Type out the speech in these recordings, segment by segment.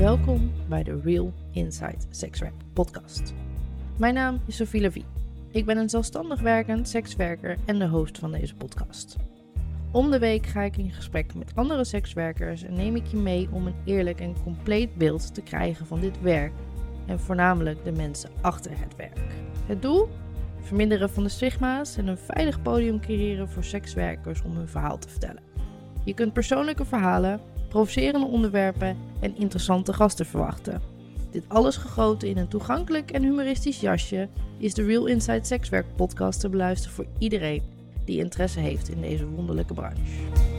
Welkom bij de Real Inside Sekswerk podcast. Mijn naam is Sophie Levy. Ik ben een zelfstandig werkend sekswerker en de host van deze podcast. Om de week ga ik in gesprek met andere sekswerkers en neem ik je mee om een eerlijk en compleet beeld te krijgen van dit werk en voornamelijk de mensen achter het werk. Het doel? Verminderen van de stigma's en een veilig podium creëren voor sekswerkers om hun verhaal te vertellen. Je kunt persoonlijke verhalen, provocerende onderwerpen en interessante gasten verwachten. Dit alles gegoten in een toegankelijk en humoristisch jasje is de Real Inside Sekswerk podcast te beluisteren voor iedereen die interesse heeft in deze wonderlijke branche.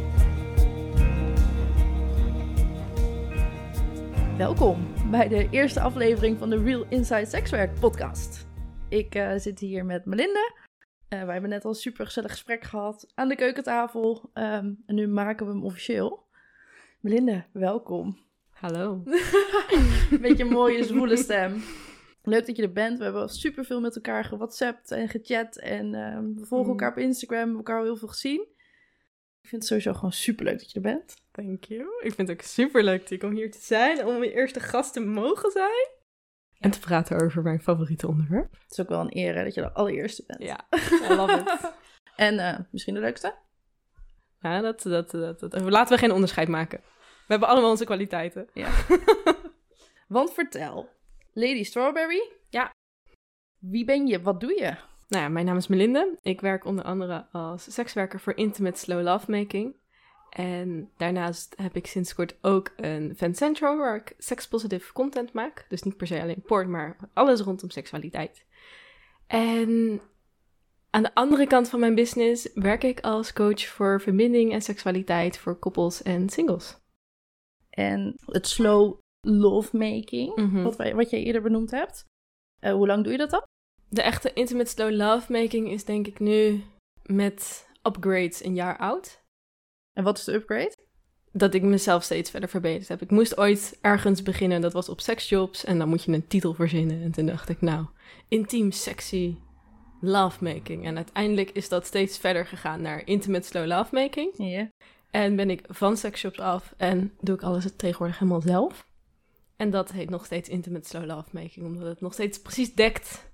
Welkom bij de eerste aflevering van de Real Inside Sekswerk podcast. Ik zit hier met Melinda. Wij hebben net al een super gezellig gesprek gehad aan de keukentafel. En nu maken we hem officieel. Melinda, welkom. Hallo. Een beetje een mooie, zwoele stem. Leuk dat je er bent. We hebben al superveel met elkaar gewhatsappt en gechat. En we volgen elkaar op Instagram. We hebben elkaar al heel veel gezien. Ik vind het sowieso gewoon superleuk dat je er bent. Thank you. Ik vind het ook superleuk om hier te zijn. Om mijn eerste gast te mogen zijn. En te praten over mijn favoriete onderwerp. Het is ook wel een eer hè, dat je de allereerste bent. Ja, I love it. En misschien de leukste? Ja, laten we geen onderscheid maken. We hebben allemaal onze kwaliteiten. Ja. Want vertel, Lady Strawberry? Ja. Wie ben je? Wat doe je? Nou ja, mijn naam is Melinda. Ik werk onder andere als sekswerker voor Intimate Slow Lovemaking. En daarnaast heb ik sinds kort ook een Fan Central waar ik sex-positive content maak. Dus niet per se alleen porn, maar alles rondom seksualiteit. En aan de andere kant van mijn business werk ik als coach voor verbinding en seksualiteit voor koppels en singles. En het slow lovemaking, wat jij eerder benoemd hebt. Hoe lang doe je dat al? De echte Intimate Slow Lovemaking is denk ik nu met upgrades een jaar oud. En wat is de upgrade? Dat ik mezelf steeds verder verbeterd heb. Ik moest ooit ergens beginnen, dat was op sexjobs. En dan moet je een titel verzinnen. En toen dacht ik, nou, intiem, sexy, lovemaking. En uiteindelijk is dat steeds verder gegaan naar Intimate Slow Lovemaking. Yeah. En ben ik van sexjobs af en doe ik alles tegenwoordig helemaal zelf. En dat heet nog steeds Intimate Slow Lovemaking. Omdat het nog steeds precies dekt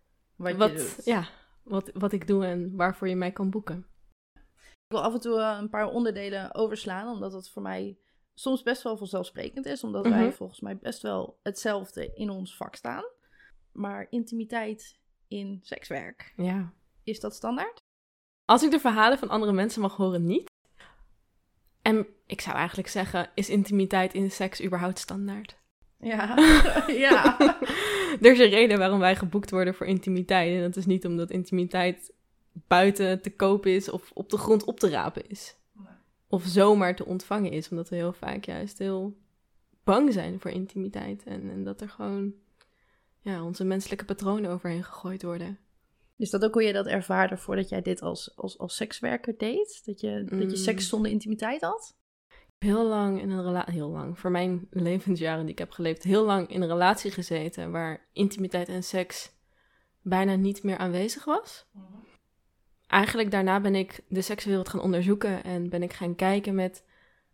wat ik doe en waarvoor je mij kan boeken. Ik wil af en toe een paar onderdelen overslaan, omdat het voor mij soms best wel vanzelfsprekend is. Omdat wij volgens mij best wel hetzelfde in ons vak staan. Maar intimiteit in sekswerk, is dat standaard? Als ik de verhalen van andere mensen mag horen, niet. En ik zou eigenlijk zeggen, is intimiteit in seks überhaupt standaard? Ja, ja. Er is een reden waarom wij geboekt worden voor intimiteit. En dat is niet omdat intimiteit buiten te koop is of op de grond op te rapen is. Nee. Of zomaar te ontvangen is. Omdat we heel vaak juist heel bang zijn voor intimiteit. En dat er gewoon onze menselijke patronen overheen gegooid worden. Is dat ook hoe je dat ervaarde voordat jij dit als sekswerker deed? Dat je seks zonder intimiteit had? Heel lang in een relatie, voor mijn levensjaren die ik heb geleefd, heel lang in een relatie gezeten waar intimiteit en seks bijna niet meer aanwezig was. Eigenlijk daarna ben ik de sekswereld gaan onderzoeken en ben ik gaan kijken met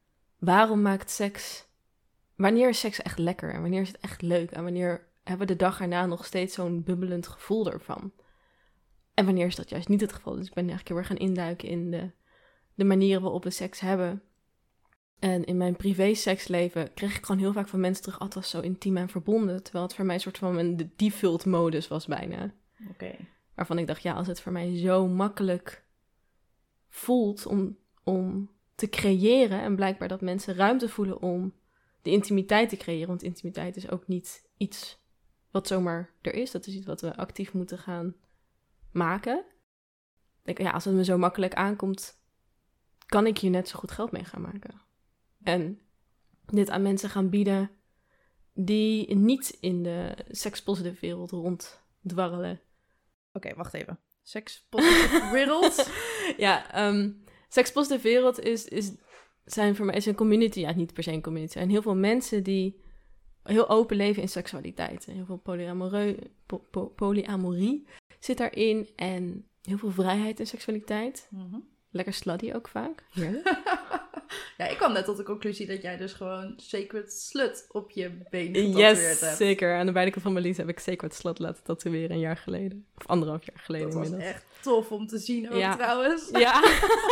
wanneer is seks echt lekker en wanneer is het echt leuk en wanneer hebben we de dag erna nog steeds zo'n bubbelend gevoel ervan. En wanneer is dat juist niet het geval? Dus ik ben eigenlijk heel erg gaan induiken in de manieren waarop we seks hebben. En in mijn privé seksleven kreeg ik gewoon heel vaak van mensen terug, het was zo intiem en verbonden. Terwijl het voor mij een soort van een default modus was bijna. Oké. Waarvan ik dacht, als het voor mij zo makkelijk voelt om te creëren. En blijkbaar dat mensen ruimte voelen om de intimiteit te creëren. Want intimiteit is ook niet iets wat zomaar er is. Dat is iets wat we actief moeten gaan maken. Ik denk, als het me zo makkelijk aankomt, kan ik hier net zo goed geld mee gaan maken. En dit aan mensen gaan bieden die niet in de sekspositieve wereld ronddwarrelen. Oké, wacht even. Sekspositieve wereld? Sekspositieve wereld zijn voor mij is een community. Ja, niet per se een community. Er zijn heel veel mensen die heel open leven in seksualiteit. Heel veel polyamorie zit daarin. En heel veel vrijheid in seksualiteit. Lekker slutty ook vaak. Ja, ik kwam net tot de conclusie dat jij dus gewoon Sacred Slut op je been getatoeëerd hebt. Yes, zeker. Aan de beide kant van mijn lies heb ik Sacred Slut laten tatoeëren 1 jaar geleden. Of 1,5 jaar geleden Dat was inmiddels. echt tof om te zien ook trouwens. Ja.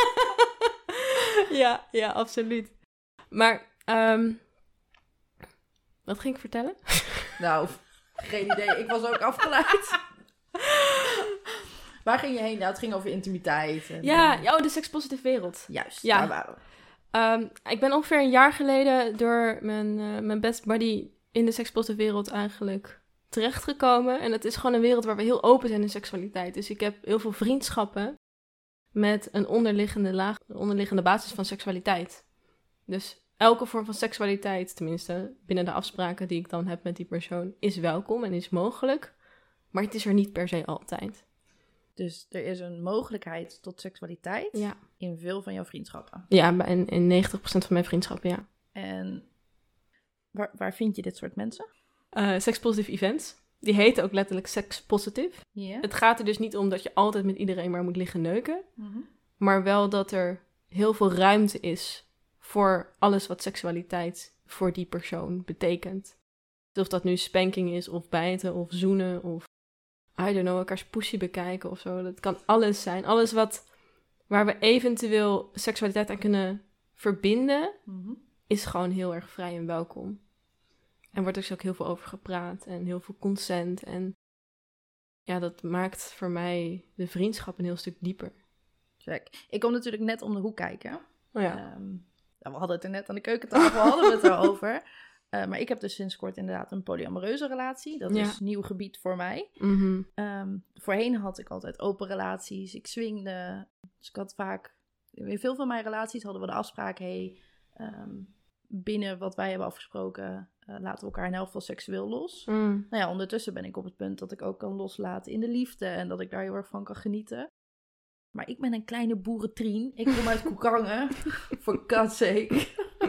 ja, absoluut. Maar, wat ging ik vertellen? Nou, geen idee. Ik was ook afgeleid. Waar ging je heen? Nou, het ging over intimiteit. En, de sekspositieve wereld. Juist, Ja. daar waren we. Ik ben ongeveer 1 jaar geleden door mijn best buddy in de sekspositieve wereld eigenlijk terechtgekomen. En het is gewoon een wereld waar we heel open zijn in seksualiteit. Dus ik heb heel veel vriendschappen met een onderliggende basis van seksualiteit. Dus elke vorm van seksualiteit, tenminste binnen de afspraken die ik dan heb met die persoon, is welkom en is mogelijk. Maar het is er niet per se altijd. Dus er is een mogelijkheid tot seksualiteit in veel van jouw vriendschappen. Ja, in 90% van mijn vriendschappen, ja. En waar vind je dit soort mensen? Sekspositieve events. Die heten ook letterlijk sekspositief. Yeah. Het gaat er dus niet om dat je altijd met iedereen maar moet liggen neuken. Mm-hmm. Maar wel dat er heel veel ruimte is voor alles wat seksualiteit voor die persoon betekent. Dus of dat nu spanking is, of bijten, of zoenen, of I don't know, elkaars poesie bekijken of zo. Dat kan alles zijn. Alles waar we eventueel seksualiteit aan kunnen verbinden, is gewoon heel erg vrij en welkom. En wordt er dus ook heel veel over gepraat en heel veel consent. En ja, dat maakt voor mij de vriendschap een heel stuk dieper. Check. Ik kom natuurlijk net om de hoek kijken. Oh ja. We hadden het er net aan de keukentafel hadden we het erover. Maar ik heb dus sinds kort inderdaad een polyamoreuze relatie. Dat is een nieuw gebied voor mij. Mm-hmm. Voorheen had ik altijd open relaties. Ik swingde. Dus ik had vaak... In veel van mijn relaties hadden we de afspraak... binnen wat wij hebben afgesproken... laten we elkaar in elk geval seksueel los. Nou ja, ondertussen ben ik op het punt dat ik ook kan loslaten in de liefde. En dat ik daar heel erg van kan genieten. Maar ik ben een kleine boerentrien. Ik kom uit Koekangen. For God's sake.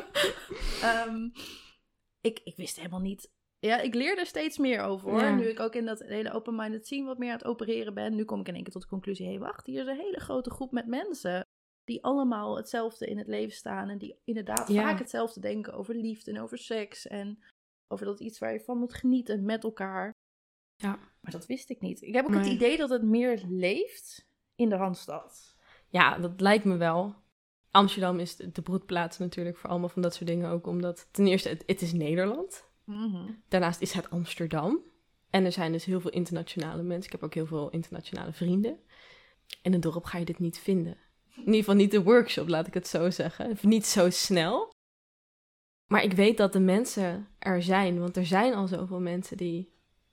Ik wist helemaal niet... Ja, ik leer er steeds meer over hoor. Ja. Nu ik ook in dat hele open-minded scene wat meer aan het opereren ben. Nu kom ik in één keer tot de conclusie... Hé, wacht, hier is een hele grote groep met mensen... die allemaal hetzelfde in het leven staan... en die inderdaad vaak hetzelfde denken over liefde en over seks... en over dat iets waar je van moet genieten met elkaar. Ja. Maar dat wist ik niet. Ik heb ook het idee dat het meer leeft in de Randstad. Ja, dat lijkt me wel. Amsterdam is de broedplaats natuurlijk voor allemaal van dat soort dingen ook. Omdat ten eerste, het is Nederland. Mm-hmm. Daarnaast is het Amsterdam. En er zijn dus heel veel internationale mensen. Ik heb ook heel veel internationale vrienden. In een dorp ga je dit niet vinden. In ieder geval niet de workshop, laat ik het zo zeggen. Niet zo snel. Maar ik weet dat de mensen er zijn. Want er zijn al zoveel mensen die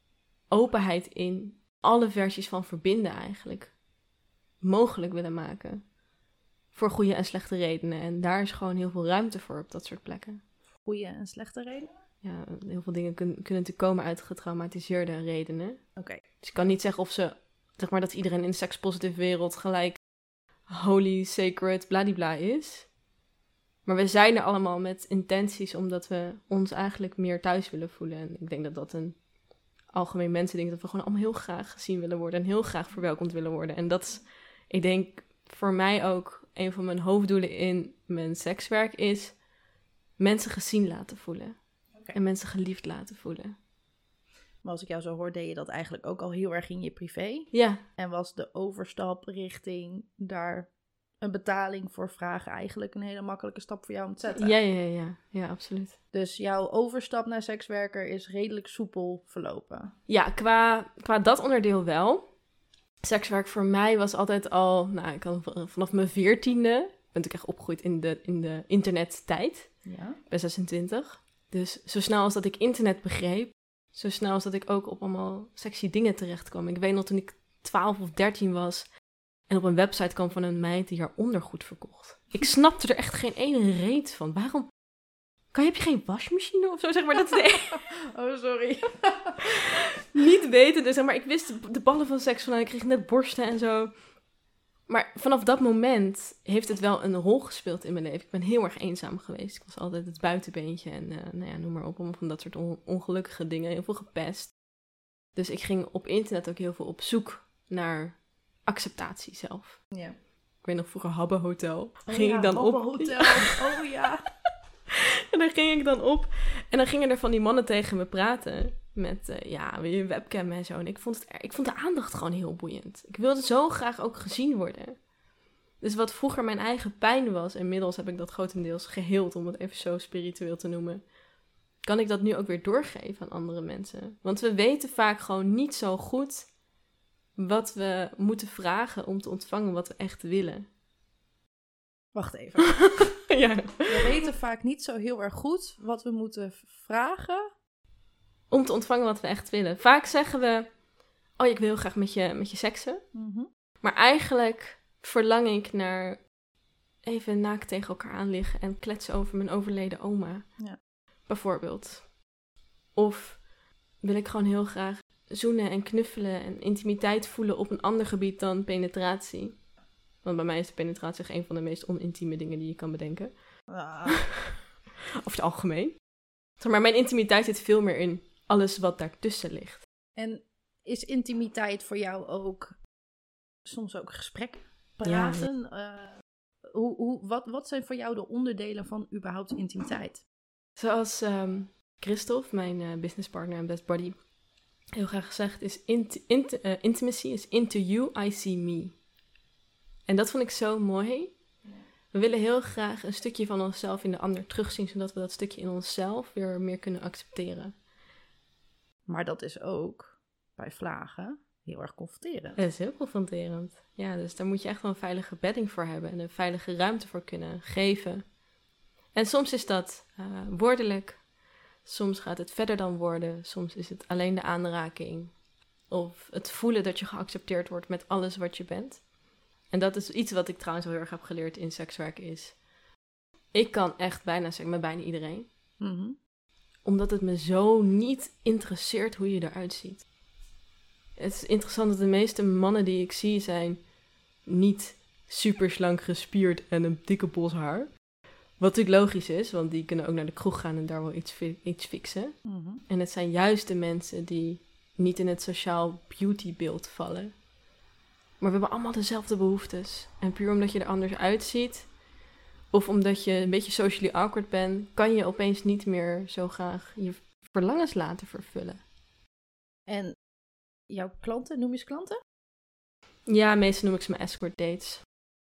openheid in alle versies van verbinden eigenlijk mogelijk willen maken. Voor goede en slechte redenen. En daar is gewoon heel veel ruimte voor op dat soort plekken. Goede en slechte redenen? Ja, heel veel dingen kunnen natuurlijk komen uit getraumatiseerde redenen. Oké. Dus ik kan niet zeggen of ze, zeg maar, dat iedereen in de sekspositieve wereld gelijk holy, sacred, bladibla is. Maar we zijn er allemaal met intenties omdat we ons eigenlijk meer thuis willen voelen. En ik denk dat dat een algemeen mensending is, dat we gewoon allemaal heel graag gezien willen worden en heel graag verwelkomd willen worden. En dat is, ik denk, voor mij ook een van mijn hoofddoelen in mijn sekswerk is mensen gezien laten voelen. Okay. En mensen geliefd laten voelen. Maar als ik jou zo hoor, deed je dat eigenlijk ook al heel erg in je privé. Ja. En was de overstap richting daar een betaling voor vragen eigenlijk een hele makkelijke stap voor jou om te zetten? Ja, absoluut. Dus jouw overstap naar sekswerker is redelijk soepel verlopen? Ja, qua dat onderdeel wel. Sekswerk voor mij was altijd al, ik had vanaf mijn 14e, ben natuurlijk echt opgegroeid in de internettijd. Ja. Ik ben 26. Dus zo snel als dat ik internet begreep, zo snel als dat ik ook op allemaal sexy dingen terecht kwam. Ik weet nog toen ik 12 of 13 was en op een website kwam van een meid die haar ondergoed verkocht. Ik snapte er echt geen ene reet van. Waarom? Heb je geen wasmachine of zo? Zeg maar, dat is Oh, sorry. Niet weten, dus zeg maar, ik wist de ballen van seks vandaan. Ik kreeg net borsten en zo. Maar vanaf dat moment heeft het wel een rol gespeeld in mijn leven. Ik ben heel erg eenzaam geweest. Ik was altijd het buitenbeentje en noem maar op. Van dat soort ongelukkige dingen. Heel veel gepest. Dus ik ging op internet ook heel veel op zoek naar acceptatie zelf. Ja. Ik weet nog vroeger Habbe Hotel. Ging ik dan op. Hotel. Oh ja. En daar ging ik dan op. En dan gingen er van die mannen tegen me praten. Met, wil je een webcam en zo. En ik vond de aandacht gewoon heel boeiend. Ik wilde zo graag ook gezien worden. Dus wat vroeger mijn eigen pijn was, inmiddels heb ik dat grotendeels geheeld, om het even zo spiritueel te noemen, kan ik dat nu ook weer doorgeven aan andere mensen. Want we weten vaak gewoon niet zo goed wat we moeten vragen om te ontvangen wat we echt willen. Wacht even. Ja. We weten vaak niet zo heel erg goed wat we moeten vragen. Om te ontvangen wat we echt willen. Vaak zeggen we, oh, ik wil heel graag met je seksen. Mm-hmm. Maar eigenlijk verlang ik naar even naakt tegen elkaar aan liggen en kletsen over mijn overleden oma. Ja. Bijvoorbeeld. Of wil ik gewoon heel graag zoenen en knuffelen en intimiteit voelen op een ander gebied dan penetratie. Want bij mij is de penetratie echt een van de meest onintieme dingen die je kan bedenken. Over het algemeen. Maar mijn intimiteit zit veel meer in alles wat daartussen ligt. En is intimiteit voor jou ook soms ook gesprekken? Praten? Ja. Wat zijn voor jou de onderdelen van überhaupt intimiteit? Zoals Christophe, mijn businesspartner en best buddy, heel graag gezegd is, intimacy is into you, I see me. En dat vond ik zo mooi. We willen heel graag een stukje van onszelf in de ander terugzien, zodat we dat stukje in onszelf weer meer kunnen accepteren. Maar dat is ook bij vlagen heel erg confronterend. Het is heel confronterend. Ja, dus daar moet je echt wel een veilige bedding voor hebben en een veilige ruimte voor kunnen geven. En soms is dat woordelijk, soms gaat het verder dan woorden, soms is het alleen de aanraking. Of het voelen dat je geaccepteerd wordt met alles wat je bent. En dat is iets wat ik trouwens heel erg heb geleerd in sekswerk is. Ik kan echt bijna zeggen met bijna iedereen. Mm-hmm. Omdat het me zo niet interesseert hoe je eruit ziet. Het is interessant dat de meeste mannen die ik zie zijn niet super slank gespierd en een dikke bos haar. Wat natuurlijk logisch is, want die kunnen ook naar de kroeg gaan en daar wel iets fixen. Mm-hmm. En het zijn juist de mensen die niet in het sociaal beautybeeld vallen. Maar we hebben allemaal dezelfde behoeftes. En puur omdat je er anders uitziet, of omdat je een beetje socially awkward bent, kan je opeens niet meer zo graag je verlangens laten vervullen. En jouw klanten, noem je ze klanten? Ja, meestal noem ik ze mijn escort dates.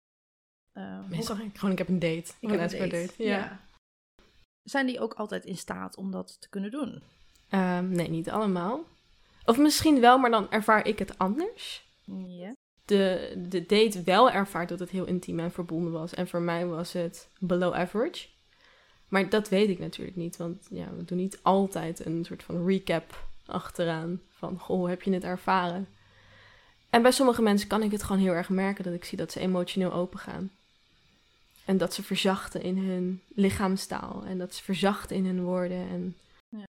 Meestal ik heb een date. Ik heb een escort date. Ja. Zijn die ook altijd in staat om dat te kunnen doen? Nee, niet allemaal. Of misschien wel, maar dan ervaar ik het anders. Ja. De date wel ervaart dat het heel intiem en verbonden was. En voor mij was het below average. Maar dat weet ik natuurlijk niet. Want ja, we doen niet altijd een soort van recap achteraan. Van, goh, heb je het ervaren? En bij sommige mensen kan ik het gewoon heel erg merken. Dat ik zie dat ze emotioneel open gaan. En dat ze verzachten in hun lichaamstaal. En dat ze verzachten in hun woorden. En ja.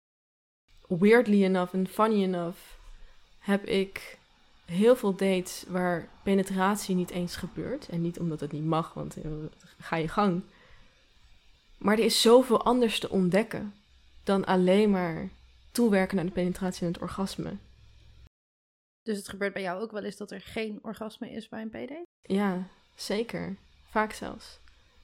Weirdly enough en funny enough heb ik heel veel dates waar penetratie niet eens gebeurt. En niet omdat het niet mag, want ga je gang. Maar er is zoveel anders te ontdekken dan alleen maar toewerken naar de penetratie en het orgasme. Dus het gebeurt bij jou ook wel eens dat er geen orgasme is bij een PD? Ja, zeker. Vaak zelfs.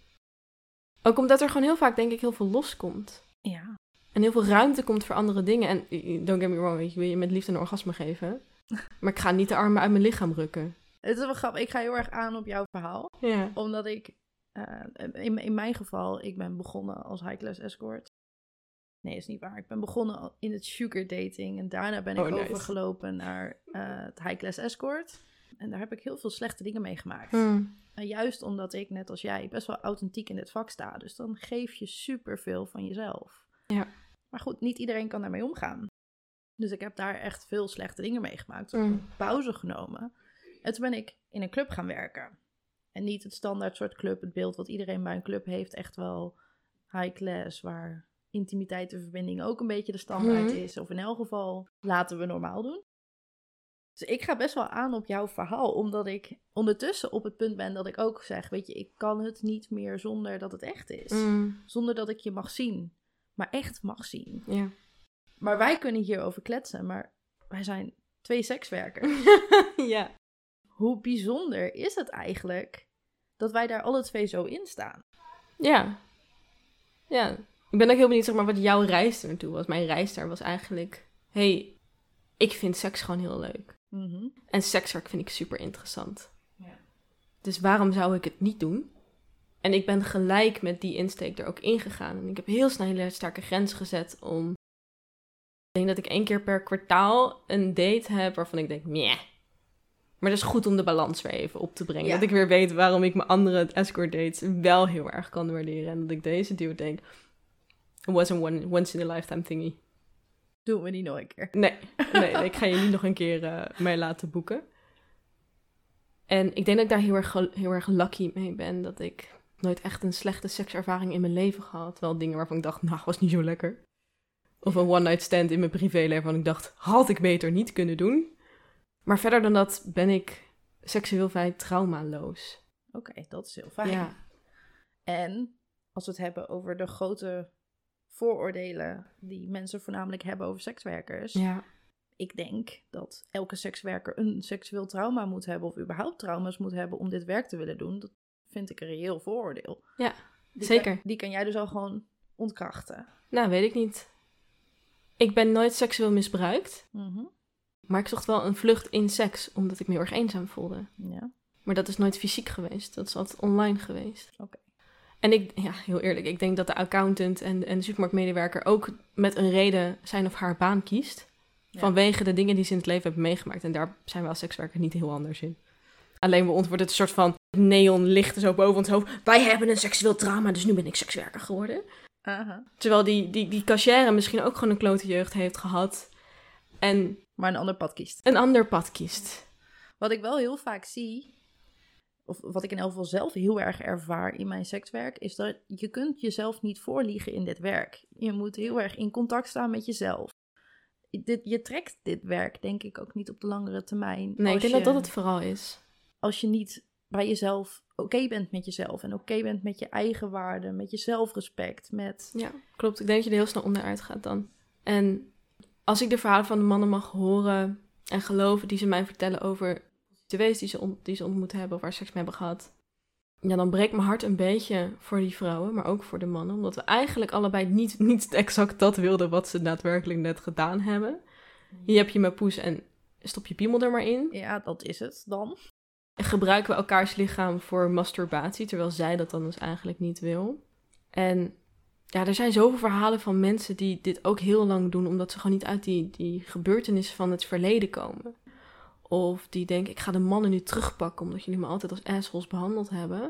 Ook omdat er gewoon heel vaak, denk ik, heel veel loskomt. Ja. En heel veel ruimte komt voor andere dingen. En don't get me wrong, ik wil je met liefde een orgasme geven. Maar ik ga niet de armen uit mijn lichaam rukken. Het is wel grappig. Ik ga heel erg aan op jouw verhaal. Ja. Omdat ik, in mijn geval, ik ben begonnen als high-class escort. Nee, is niet waar. Ik ben begonnen in het sugar dating. En daarna ben ik overgelopen naar het high-class escort. En daar heb ik heel veel slechte dingen meegemaakt. En juist omdat ik, net als jij, best wel authentiek in dit vak sta. Dus dan geef je superveel van jezelf. Ja. Maar goed, niet iedereen kan daarmee omgaan. Dus ik heb daar echt veel slechte dingen meegemaakt. Ik heb een pauze genomen. En toen ben ik in een club gaan werken. En niet het standaard soort club, het beeld wat iedereen bij een club heeft. Echt wel high class, waar intimiteit en verbinding ook een beetje de standaard is. Of in elk geval laten we normaal doen. Dus ik ga best wel aan op jouw verhaal. Omdat ik ondertussen op het punt ben dat ik ook zeg, weet je, ik kan het niet meer zonder dat het echt is. Zonder dat ik je mag zien. Maar echt mag zien. Ja. Maar wij kunnen hierover kletsen, maar wij zijn 2 sekswerkers. Ja. Hoe bijzonder is het eigenlijk dat wij daar alle twee zo in staan. Ja. Ja. Ik ben ook heel benieuwd, zeg maar, wat jouw reis er naartoe was. Mijn reis daar was eigenlijk... ik vind seks gewoon heel leuk. Mm-hmm. En sekswerk vind ik super interessant. Ja. Dus waarom zou ik het niet doen? En ik ben gelijk met die insteek er ook ingegaan. En ik heb heel snel een hele sterke grens gezet om... Ik denk dat ik 1 keer per kwartaal een date heb waarvan ik denk, meh. Maar dat is goed om de balans weer even op te brengen. Ja. Dat ik weer weet waarom ik mijn andere escort dates wel heel erg kan waarderen. En dat ik deze dude denk, it was een once in a lifetime thingy. Doen we niet nog een keer. Nee, ik ga je niet nog een keer mij laten boeken. En ik denk dat ik daar heel erg lucky mee ben. Dat ik nooit echt een slechte sekservaring in mijn leven gehad. Wel dingen waarvan ik dacht, nou, was niet zo lekker. Of een one-night stand in mijn privéleven waarvan ik dacht, had ik beter niet kunnen doen. Maar verder dan dat ben ik seksueel vrij traumaloos. Oké, dat is heel fijn. Ja. En als we het hebben over de grote vooroordelen die mensen voornamelijk hebben over sekswerkers. Ja. Ik denk dat elke sekswerker een seksueel trauma moet hebben of überhaupt trauma's moet hebben om dit werk te willen doen. Dat vind ik een reëel vooroordeel. Ja, zeker. Die kan jij dus al gewoon ontkrachten. Nou, weet ik niet. Ik ben nooit seksueel misbruikt. Mm-hmm. Maar ik zocht wel een vlucht in seks, omdat ik me heel erg eenzaam voelde. Ja. Maar dat is nooit fysiek geweest. Dat is altijd online geweest. Oké. En heel eerlijk, ik denk dat de accountant en de supermarktmedewerker ook met een reden zijn of haar baan kiest. Ja. Vanwege de dingen die ze in het leven hebben meegemaakt. En daar zijn we als sekswerker niet heel anders in. Alleen bij ons wordt het een soort van neonlicht zo boven ons hoofd. Wij hebben een seksueel trauma, dus nu ben ik sekswerker geworden. Uh-huh. Terwijl die cashier misschien ook gewoon een klote jeugd heeft gehad. En Maar een ander pad kiest. een ander pad kiest. Wat ik wel heel vaak zie, of wat ik in elk geval zelf heel erg ervaar in mijn sekswerk, is dat je kunt jezelf niet voorliegen in dit werk. Je moet heel erg in contact staan met jezelf. Je trekt dit werk denk ik ook niet op de langere termijn. Nee, ik denk dat dat het vooral is. Als je niet bij jezelf oké bent met jezelf en oké bent met je eigen waarde, met je zelfrespect, met... Ja, klopt. Ik denk dat je er heel snel onderuit gaat dan. En als ik de verhalen van de mannen mag horen en geloven die ze mij vertellen over prostituees die ze ontmoet hebben of waar seks mee hebben gehad, ja, dan breekt mijn hart een beetje voor die vrouwen, maar ook voor de mannen. Omdat we eigenlijk allebei niet exact dat wilden wat ze daadwerkelijk net gedaan hebben. Hier heb je mijn poes en stop je piemel er maar in. Ja, dat is het dan. En gebruiken we elkaars lichaam voor masturbatie, terwijl zij dat dan dus eigenlijk niet wil. En ja, er zijn zoveel verhalen van mensen die dit ook heel lang doen, omdat ze gewoon niet uit die gebeurtenissen van het verleden komen. Of die denken, ik ga de mannen nu terugpakken, omdat jullie me altijd als assholes behandeld hebben.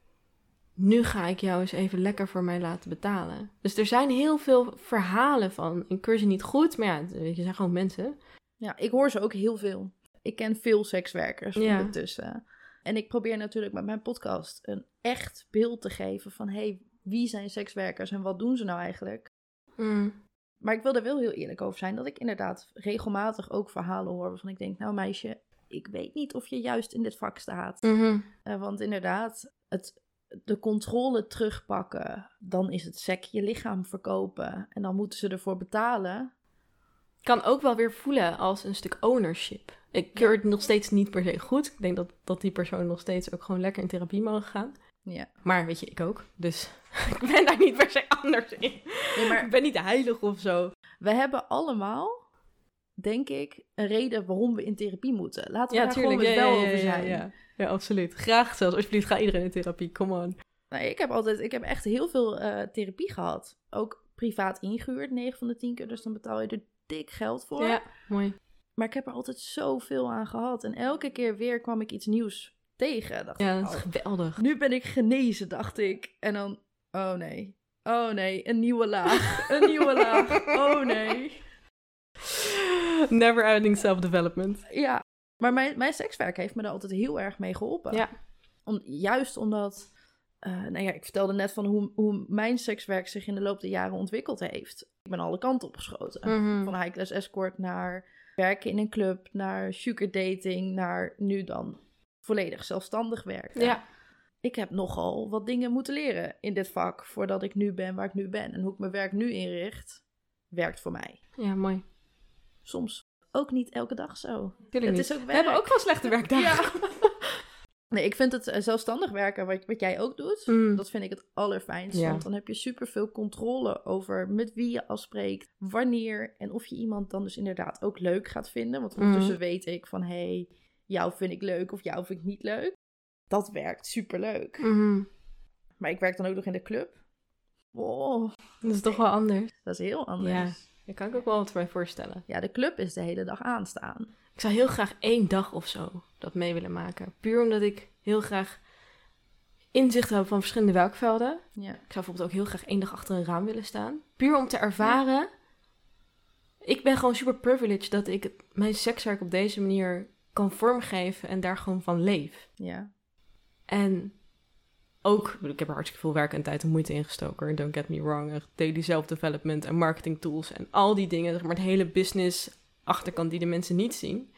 Nu ga ik jou eens even lekker voor mij laten betalen. Dus er zijn heel veel verhalen van, ik keur ze niet goed, maar ja, weet je, zijn gewoon mensen. Ja, ik hoor ze ook heel veel. Ik ken veel sekswerkers Ja. ondertussen. En ik probeer natuurlijk met mijn podcast een echt beeld te geven van, hey, wie zijn sekswerkers en wat doen ze nou eigenlijk? Maar ik wil er wel heel eerlijk over zijn dat ik inderdaad regelmatig ook verhalen hoor waarvan ik denk, nou meisje, ik weet niet of je juist in dit vak staat. Want inderdaad, de controle terugpakken, dan is het sec je lichaam verkopen en dan moeten ze ervoor betalen. Kan ook wel weer voelen als een stuk ownership. Ik keur het nog steeds niet per se goed. Ik denk dat die persoon nog steeds ook gewoon lekker in therapie mogen gaan. Ja. Maar weet je, ik ook. Dus ik ben daar niet per se anders in. Nee, maar Ik ben niet heilig of zo. we hebben allemaal, denk ik, een reden waarom we in therapie moeten. Laten we daar gewoon eens wel over zijn. Ja, absoluut. Graag zelfs. Alsjeblieft, ga iedereen in therapie. Come on. Nee, ik heb echt heel veel therapie gehad. Ook privaat ingehuurd, 9 van de 10 keer. Dus dan betaal je er dik geld voor. Ja, mooi. Maar ik heb er altijd zoveel aan gehad. En elke keer weer kwam ik iets nieuws tegen. Dacht Ja, ik, dat is geweldig. nu ben ik genezen, dacht ik. En dan, oh nee, een nieuwe laag. Een nieuwe laag, oh nee. Never ending self-development. Ja, maar mijn sekswerk heeft me daar altijd heel erg mee geholpen. Ja. Juist omdat, ik vertelde net van hoe mijn sekswerk zich in de loop der jaren ontwikkeld heeft. Ik ben alle kanten opgeschoten. Van high-class escort naar werken in een club, naar sugar dating, naar nu dan volledig zelfstandig werken. Ja. Ik heb nogal wat dingen moeten leren in dit vak voordat ik nu ben waar ik nu ben. En hoe ik mijn werk nu inricht, werkt voor mij. Ja, mooi. Soms ook niet elke dag zo. Tuurlijk Het niet. is ook We hebben werk. ook wel slechte werkdagen. Ja. Nee, ik vind het zelfstandig werken, wat jij ook doet, dat vind ik het allerfijnst. Ja. Want dan heb je superveel controle over met wie je afspreekt, wanneer en of je iemand dan dus inderdaad ook leuk gaat vinden. Want ondertussen weet ik van, jou vind ik leuk of jou vind ik niet leuk. Dat werkt superleuk. Maar ik werk dan ook nog in de club. Oh, Dat is toch wel anders. dat is heel anders. Ja, daar kan ik ook wel wat bij voorstellen. Ja, de club is de hele dag aanstaan. Ik zou heel graag 1 dag of zo dat mee willen maken. Puur omdat ik heel graag inzicht heb van verschillende werkvelden. Ja. Ik zou bijvoorbeeld ook heel graag 1 dag achter een raam willen staan. Puur om te ervaren. Ja. Ik ben gewoon super privileged dat ik mijn sekswerk op deze manier kan vormgeven en daar gewoon van leef. Ja. En ook, ik heb er hartstikke veel werk en tijd en moeite in gestoken. Don't get me wrong. Echt daily self-development en marketing tools en al die dingen. Zeg maar het hele business achterkant die de mensen niet zien.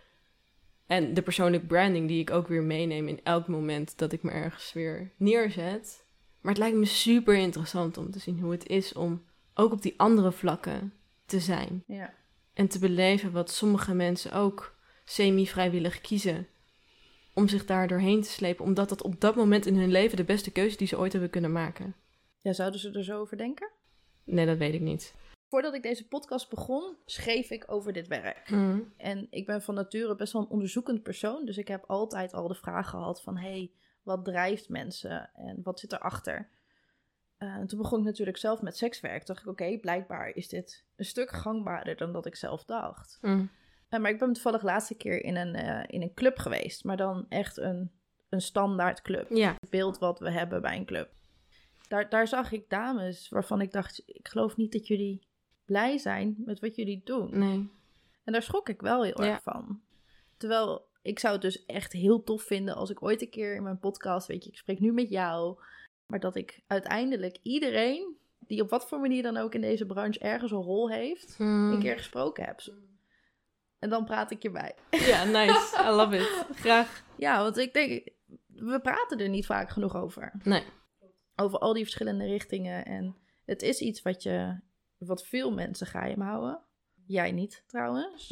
En de persoonlijke branding die ik ook weer meeneem in elk moment dat ik me ergens weer neerzet. Maar het lijkt me super interessant om te zien hoe het is om ook op die andere vlakken te zijn. Ja. En te beleven wat sommige mensen ook semi-vrijwillig kiezen. Om zich daar doorheen te slepen. Omdat dat op dat moment in hun leven de beste keuze die ze ooit hebben kunnen maken. Ja, zouden ze er zo over denken? Nee, dat weet ik niet. Voordat ik deze podcast begon, schreef ik over dit werk. En ik ben van nature best wel een onderzoekend persoon. Dus ik heb altijd al de vraag gehad van, wat drijft mensen en wat zit erachter? En toen begon ik natuurlijk zelf met sekswerk. Toen dacht ik, oké, blijkbaar is dit een stuk gangbaarder dan dat ik zelf dacht. Maar ik ben toevallig de laatste keer in een club geweest. Maar dan echt een standaard club. Ja. Het beeld wat we hebben bij een club. Daar zag ik dames waarvan ik dacht, ik geloof niet dat jullie blij zijn met wat jullie doen. Nee. En daar schrok ik wel heel erg van. Terwijl ik zou het dus echt heel tof vinden als ik ooit een keer in mijn podcast, weet je, ik spreek nu met jou, maar dat ik uiteindelijk iedereen die op wat voor manier dan ook in deze branche ergens een rol heeft, een keer gesproken heb. En dan praat ik je bij. Ja, nice. I love it. Graag. Ja, want ik denk, we praten er niet vaak genoeg over. Nee. Over al die verschillende richtingen. En het is iets wat veel mensen geheim houden. Jij niet, trouwens.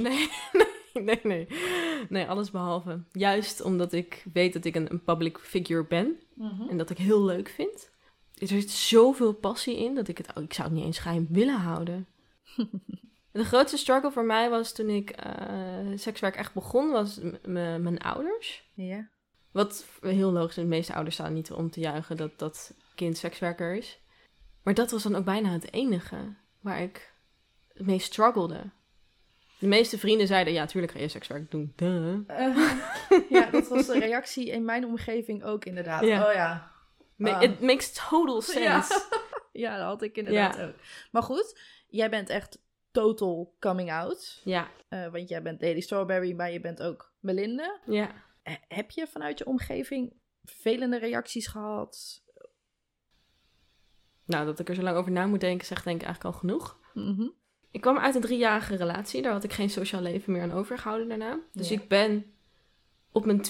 Nee, alles behalve. Juist omdat ik weet dat ik een public figure ben. En dat ik heel leuk vind. Er zit zoveel passie in dat ik zou het niet eens geheim willen houden. De grootste struggle voor mij was toen ik sekswerk echt begon, was mijn ouders. Ja. Wat heel logisch is, de meeste ouders staan niet om te juichen dat kind sekswerker is. Maar dat was dan ook bijna het enige waar ik het mee struggelde. De meeste vrienden zeiden, ja, tuurlijk ga je sekswerk doen. Ja, dat was de reactie in mijn omgeving ook inderdaad. Ja. Oh ja. It makes total sense. Ja, dat had ik inderdaad ook. Maar goed, jij bent echt total coming out. Ja. Want jij bent Lady Strawberry, maar je bent ook Melinda. Ja. Heb je vanuit je omgeving vervelende reacties gehad? Nou, dat ik er zo lang over na moet denken, zegt denk ik eigenlijk al genoeg. Ik kwam uit een 3-jarige relatie. Daar had ik geen sociaal leven meer aan overgehouden daarna. Dus ik ben op mijn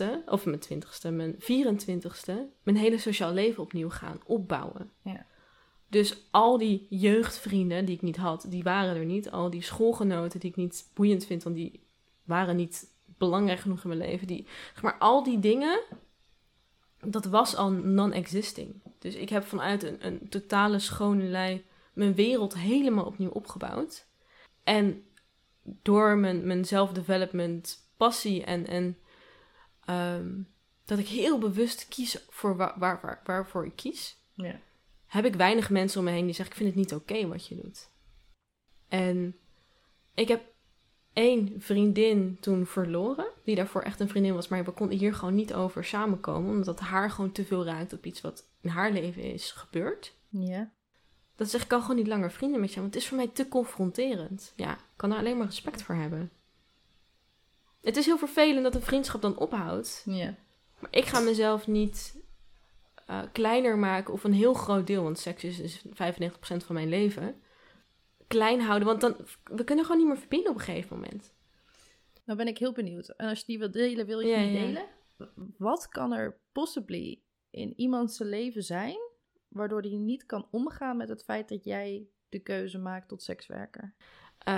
24ste, mijn hele sociaal leven opnieuw gaan opbouwen. Ja. Dus al die jeugdvrienden die ik niet had, die waren er niet. Al die schoolgenoten die ik niet boeiend vind, want die waren niet belangrijk genoeg in mijn leven. Maar al die dingen, dat was al non-existing. Dus ik heb vanuit een totale schone lei mijn wereld helemaal opnieuw opgebouwd. En door mijn self-development passie en dat ik heel bewust kies voor waarvoor ik kies, heb ik weinig mensen om me heen die zeggen, ik vind het niet oké wat je doet. En ik heb 1 vriendin toen verloren, die daarvoor echt een vriendin was, maar we konden hier gewoon niet over samenkomen, omdat haar gewoon te veel raakt op iets wat in haar leven is gebeurd. Ja. Dat zeg ik kan gewoon niet langer vrienden met jou, want het is voor mij te confronterend. Ja, ik kan er alleen maar respect voor hebben. Het is heel vervelend dat een vriendschap dan ophoudt. Ja. Maar ik ga mezelf niet kleiner maken of een heel groot deel, want seks is 95% van mijn leven, klein houden. Want dan, we kunnen gewoon niet meer verbinden op een gegeven moment. Nou ben ik heel benieuwd. En als je die wilt delen, wil je die delen? Wat kan er possibly in iemands leven zijn, waardoor die niet kan omgaan met het feit dat jij de keuze maakt tot sekswerker?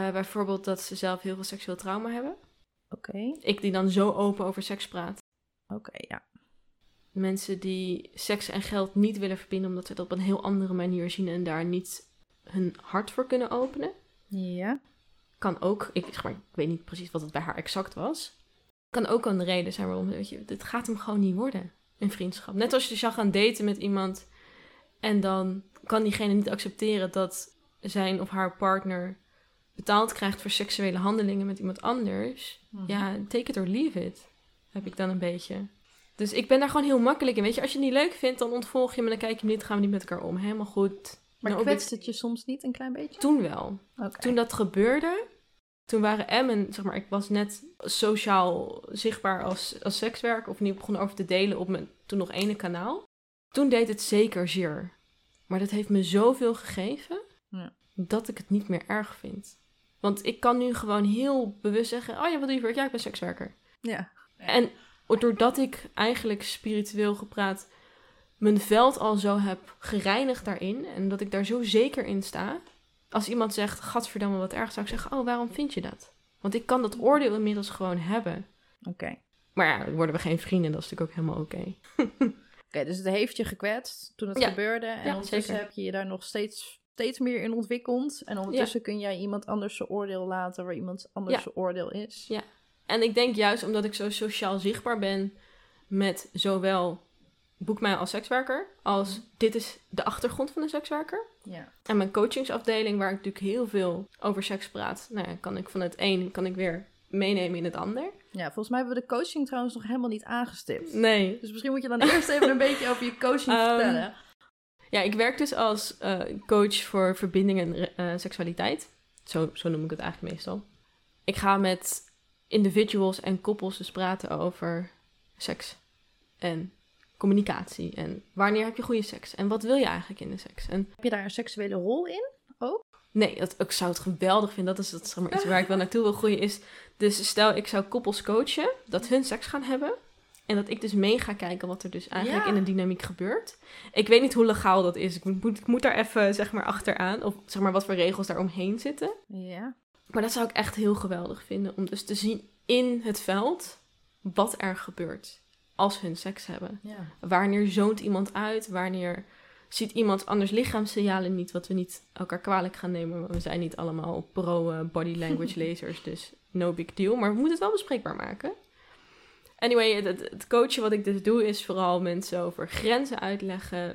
Bijvoorbeeld dat ze zelf heel veel seksueel trauma hebben. Oké. Ik die dan zo open over seks praat. Oké, ja. Mensen die seks en geld niet willen verbinden omdat ze dat op een heel andere manier zien en daar niet hun hart voor kunnen openen. Ja. Kan ook, ik weet niet precies wat het bij haar exact was. Kan ook een reden zijn waarom, weet je, dit gaat hem gewoon niet worden, een vriendschap. Net als je zou gaan daten met iemand en dan kan diegene niet accepteren dat zijn of haar partner betaald krijgt voor seksuele handelingen met iemand anders. Ja, take it or leave it, heb ik dan een beetje. Dus ik ben daar gewoon heel makkelijk in. Weet je, als je het niet leuk vindt, dan ontvolg je me, dan kijk je niet, gaan we niet met elkaar om. Helemaal goed. Maar kwetst het je soms niet een klein beetje? Toen wel. Okay. Toen dat gebeurde, toen waren en zeg maar, ik was net sociaal zichtbaar als sekswerker, of niet begon over te delen op mijn toen nog ene kanaal. Toen deed het zeker zeer. Maar dat heeft me zoveel gegeven, dat ik het niet meer erg vind. Want ik kan nu gewoon heel bewust zeggen, oh ja, wat doe je werk? Ja, ik ben sekswerker. Ja. En doordat ik eigenlijk spiritueel gepraat mijn veld al zo heb gereinigd daarin en dat ik daar zo zeker in sta. Als iemand zegt, gadverdamme wat erg, zou ik zeggen, oh, waarom vind je dat? Want ik kan dat oordeel inmiddels gewoon hebben. Oké. Maar ja, dan worden we geen vrienden, dat is natuurlijk ook helemaal oké. Oké, dus het heeft je gekwetst toen het gebeurde. En ondertussen zeker. heb je je daar nog steeds meer in ontwikkeld. En ondertussen kun jij iemand anders zijn oordeel laten waar iemand anders zijn oordeel is. Ja, en ik denk juist omdat ik zo sociaal zichtbaar ben met zowel boek mij als sekswerker, als dit is de achtergrond van een sekswerker. Ja. En mijn coachingsafdeling, waar ik natuurlijk heel veel over seks praat, nou ja, kan ik van het een kan ik weer meenemen in het ander. Ja, volgens mij hebben we de coaching trouwens nog helemaal niet aangestipt. Nee. Dus misschien moet je dan eerst even een beetje over je coaching vertellen. Ja, ik werk dus als coach voor verbinding en seksualiteit. Zo noem ik het eigenlijk meestal. Ik ga met individuals en koppels dus praten over seks en communicatie. En wanneer heb je goede seks? En wat wil je eigenlijk in de seks? En heb je daar een seksuele rol in ook? Nee, ik zou het geweldig vinden. Dat is zeg maar, iets waar ik wel naartoe wil groeien. Is dus stel ik zou koppels coachen, dat hun seks gaan hebben. En dat ik dus mee ga kijken wat er dus eigenlijk in een dynamiek gebeurt. Ik weet niet hoe legaal dat is. Ik moet daar even zeg maar achteraan. Of zeg maar wat voor regels daar omheen zitten. Ja. Maar dat zou ik echt heel geweldig vinden. Om dus te zien in het veld wat er gebeurt als hun seks hebben. Ja. Wanneer zoont iemand uit? Wanneer ziet iemand anders lichaamssignalen niet? Wat we niet elkaar kwalijk gaan nemen. Want we zijn niet allemaal pro-body language lezers. Dus no big deal. Maar we moeten het wel bespreekbaar maken. Anyway, het coachen wat ik dus doe is vooral mensen over grenzen uitleggen.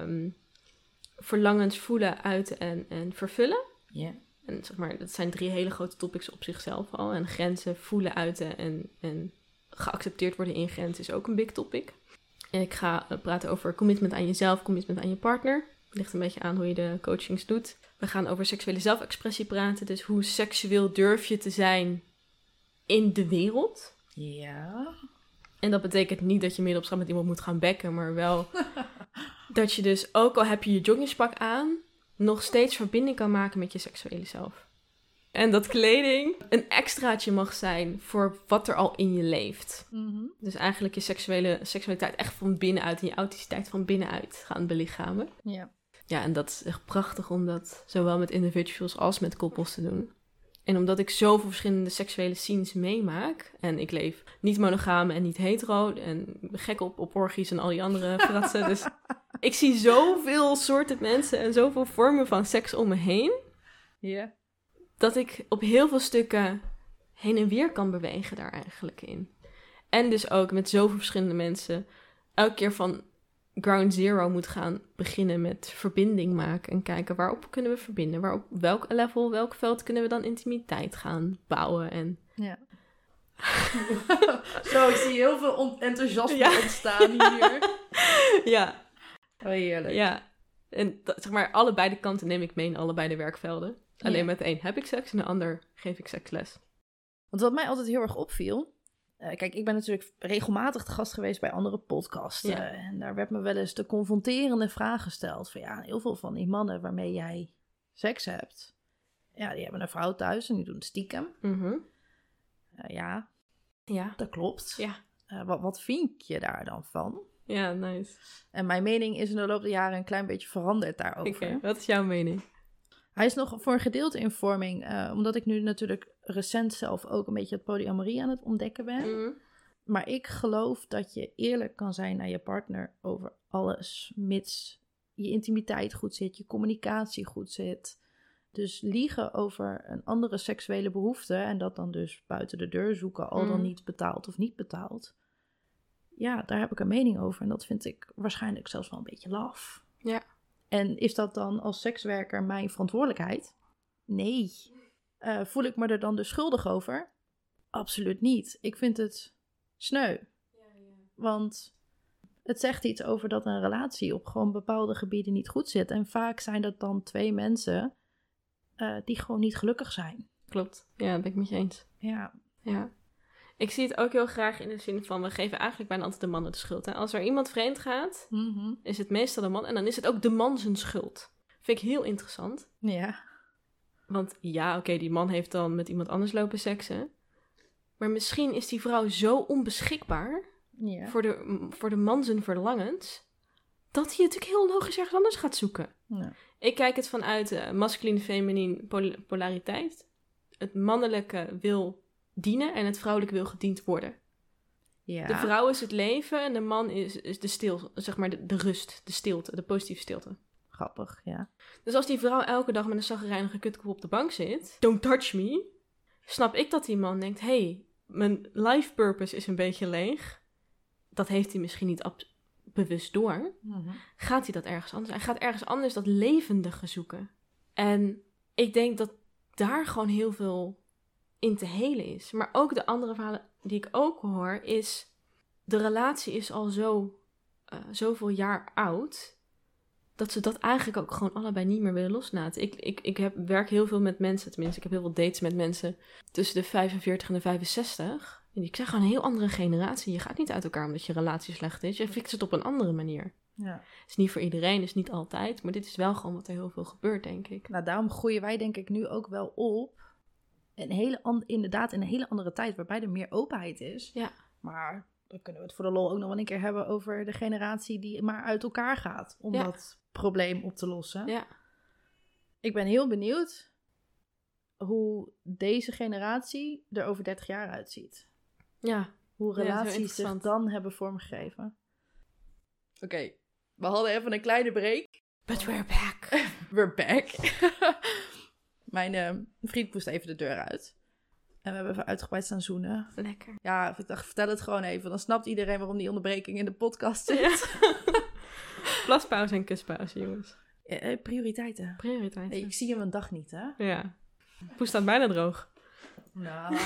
Verlangens voelen, uiten en vervullen. Ja. En zeg maar, dat zijn 3 hele grote topics op zichzelf al. En grenzen voelen, uiten en geaccepteerd worden in grenzen is ook een big topic. En ik ga praten over commitment aan jezelf, commitment aan je partner. Ligt een beetje aan hoe je de coachings doet. We gaan over seksuele zelfexpressie praten. Dus hoe seksueel durf je te zijn in de wereld? Ja. En dat betekent niet dat je midden op straat met iemand moet gaan bekken, maar wel dat je dus, ook al heb je je joggingspak aan, nog steeds verbinding kan maken met je seksuele zelf. En dat kleding een extraatje mag zijn voor wat er al in je leeft. Mm-hmm. Dus eigenlijk je seksualiteit echt van binnenuit en je authenticiteit van binnenuit gaan belichamen. Ja. Ja, en dat is echt prachtig om dat zowel met individuals als met koppels te doen. En omdat ik zoveel verschillende seksuele scenes meemaak, en ik leef niet monogaam en niet hetero, en gek op orgies en al die andere fratsen. Dus ik zie zoveel soorten mensen en zoveel vormen van seks om me heen. Ja. Dat ik op heel veel stukken heen en weer kan bewegen daar eigenlijk in. En dus ook met zoveel verschillende mensen elke keer van ground zero moet gaan beginnen met verbinding maken. En kijken waarop kunnen we verbinden. Waarop welk level, welk veld kunnen we dan intimiteit gaan bouwen. En ja. Zo, ik zie heel veel enthousiasme ontstaan hier. Ja. Oh, heerlijk. Ja. En zeg maar, allebei de kanten neem ik mee in allebei de werkvelden. Alleen met de een heb ik seks en de ander geef ik seksles. Want wat mij altijd heel erg opviel. Kijk, ik ben natuurlijk regelmatig te gast geweest bij andere podcasts. En daar werd me wel eens de confronterende vraag gesteld. Van ja, heel veel van die mannen waarmee jij seks hebt. Ja, die hebben een vrouw thuis en die doen het stiekem. Mm-hmm. Ja, dat klopt. Ja. Wat vind je daar dan van? Ja, nice. En mijn mening is in de loop der jaren een klein beetje veranderd daarover. Oké, wat is jouw mening? Hij is nog voor een gedeelte in vorming. Omdat ik nu natuurlijk recent zelf ook een beetje het polyamorie aan het ontdekken ben. Mm. Maar ik geloof dat je eerlijk kan zijn naar je partner over alles, mits je intimiteit goed zit, je communicatie goed zit. Dus liegen over een andere seksuele behoefte en dat dan dus buiten de deur zoeken, al dan niet betaald of niet betaald. Ja, daar heb ik een mening over en dat vind ik waarschijnlijk zelfs wel een beetje laf. Ja. En is dat dan als sekswerker mijn verantwoordelijkheid? Nee. Voel ik me er dan dus schuldig over? Absoluut niet. Ik vind het sneu. Want het zegt iets over dat een relatie op gewoon bepaalde gebieden niet goed zit. En vaak zijn dat dan 2 mensen die gewoon niet gelukkig zijn. Klopt. Ja, dat ben ik met je eens. Ja. Ik zie het ook heel graag in de zin van, we geven eigenlijk bijna altijd de mannen de schuld. Hè? Als er iemand vreemd gaat, is het meestal de man. En dan is het ook de man zijn schuld. Vind ik heel interessant. Ja. Want ja, oké, die man heeft dan met iemand anders lopen seksen. Maar misschien is die vrouw zo onbeschikbaar voor de man zijn verlangens, dat hij natuurlijk heel logisch ergens anders gaat zoeken. Ja. Ik kijk het vanuit masculin-feminien polariteit. Het mannelijke wil dienen en het vrouwelijke wil gediend worden. Ja. De vrouw is het leven en de man is de rust, de stilte, de positieve stilte. Grappig, ja. Dus als die vrouw elke dag met een chagrijnige kutkop op de bank zit, don't touch me, snap ik dat die man denkt, hey, mijn life purpose is een beetje leeg. Dat heeft hij misschien niet bewust door. Gaat hij dat ergens anders? Hij gaat ergens anders dat levendige zoeken. En ik denk dat daar gewoon heel veel in te helen is. Maar ook de andere verhalen die ik ook hoor is, de relatie is al zoveel jaar oud, dat ze dat eigenlijk ook gewoon allebei niet meer willen loslaten. Ik werk heel veel met mensen, tenminste, ik heb heel veel dates met mensen tussen de 45 en de 65. En die zijn gewoon een heel andere generatie. Je gaat niet uit elkaar omdat je relatie slecht is. Je fixt het op een andere manier. Ja. Het is niet voor iedereen, is niet altijd. Maar dit is wel gewoon wat er heel veel gebeurt, denk ik. Nou, daarom groeien wij denk ik nu ook wel op. Inderdaad in een hele andere tijd, waarbij er meer openheid is. Ja. Maar dan kunnen we het voor de lol ook nog wel een keer hebben over de generatie die maar uit elkaar gaat om dat probleem op te lossen. Ja. Ik ben heel benieuwd hoe deze generatie er over 30 jaar uitziet. Ja. Hoe relaties zich dan hebben vormgegeven. Oké, we hadden even een kleine break. But we're back. We're back. Mijn vriend moest even de deur uit. En we hebben even uitgebreid staan zoenen. Lekker. Ja, ik dacht, vertel het gewoon even. Dan snapt iedereen waarom die onderbreking in de podcast zit. Ja. Plaspauze en kuspauze, jongens. Prioriteiten. Prioriteiten. Ik zie hem een dag niet, hè? Ja. Poes staat bijna droog. Nou.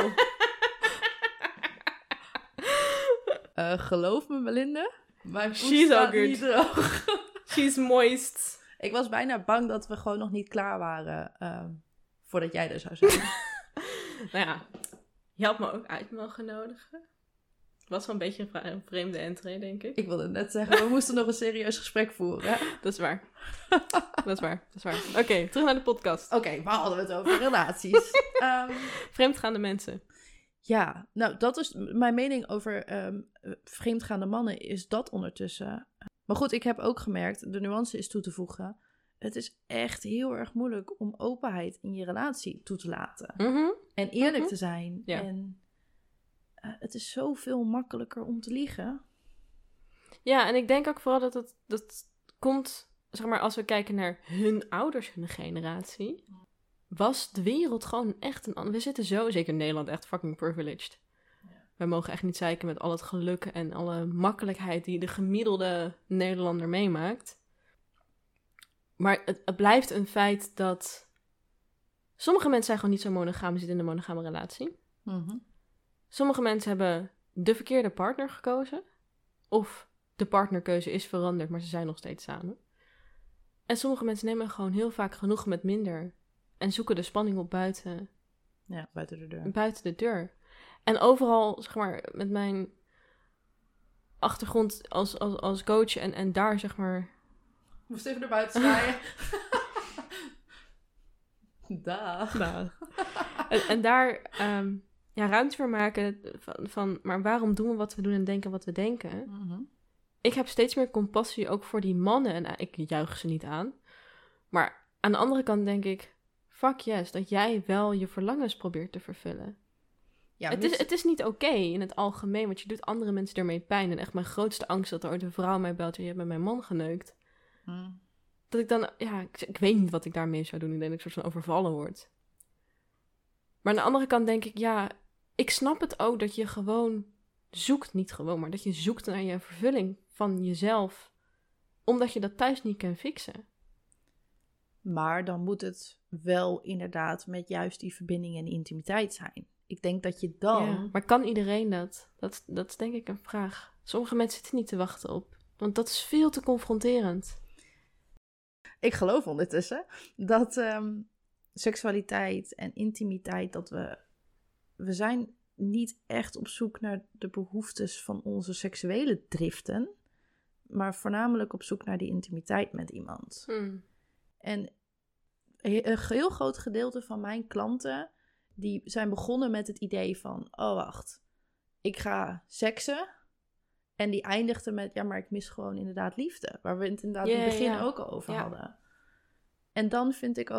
Geloof me, Melinda. Mijn poes staat niet droog. She's moist. Ik was bijna bang dat we gewoon nog niet klaar waren voordat jij er zou zijn. Nou ja, je had me ook uit mogen nodigen. Het was wel een beetje een vreemde entree, denk ik. Ik wilde net zeggen, we moesten nog een serieus gesprek voeren. Hè? Dat is waar. Dat is waar. Oké, terug naar de podcast. Oké, waar hadden we het over? Relaties. Vreemdgaande mensen. Ja, nou dat is mijn mening over vreemdgaande mannen is dat ondertussen. Maar goed, ik heb ook gemerkt, de nuance is toe te voegen. Het is echt heel erg moeilijk om openheid in je relatie toe te laten. En eerlijk te zijn. Ja. En het is zoveel makkelijker om te liegen. Ja, en ik denk ook vooral dat komt, zeg maar, als we kijken naar hun ouders, hun generatie, was de wereld gewoon echt een andere. We zitten zo, zeker in Nederland, echt fucking privileged. Ja. Wij mogen echt niet zeiken met al het geluk en alle makkelijkheid die de gemiddelde Nederlander meemaakt. Maar het blijft een feit dat sommige mensen zijn gewoon niet zo monogaam, zitten in een monogame relatie. Sommige mensen hebben de verkeerde partner gekozen. Of de partnerkeuze is veranderd, maar ze zijn nog steeds samen. En sommige mensen nemen gewoon heel vaak genoeg met minder. En zoeken de spanning op buiten. Ja, buiten de deur. Buiten de deur. En overal, zeg maar, met mijn achtergrond als coach en daar, zeg maar... Ik moest even naar buiten zwaaien. Dag. En daar ruimte voor maken van... Maar waarom doen we wat we doen en denken wat we denken? Ik heb steeds meer compassie ook voor die mannen. En ik juich ze niet aan. Maar aan de andere kant denk ik... Fuck yes, dat jij wel je verlangens probeert te vervullen. Ja, Het is niet oké in het algemeen, want je doet andere mensen ermee pijn. En echt mijn grootste angst dat er ooit een vrouw mij belt en je hebt met mijn man geneukt. Dat ik dan, ik weet niet wat ik daarmee zou doen. Ik denk dat ik soort van overvallen word. Maar aan de andere kant denk ik, ik snap het ook dat je gewoon zoekt, niet gewoon, maar dat je zoekt naar je vervulling van jezelf, omdat je dat thuis niet kan fixen. Maar dan moet het wel inderdaad met juist die verbinding en intimiteit zijn. Ik denk dat je dan... Ja, maar kan iedereen dat? Dat is denk ik een vraag. Sommige mensen zitten niet te wachten op. Want dat is veel te confronterend. Ik geloof ondertussen dat seksualiteit en intimiteit, dat we zijn niet echt op zoek naar de behoeftes van onze seksuele driften, maar voornamelijk op zoek naar die intimiteit met iemand. En een heel groot gedeelte van mijn klanten, die zijn begonnen met het idee van, oh wacht, ik ga seksen. En die eindigde met, ja, maar ik mis gewoon inderdaad liefde. Waar we het inderdaad in het begin ook al over hadden. En dan vind ik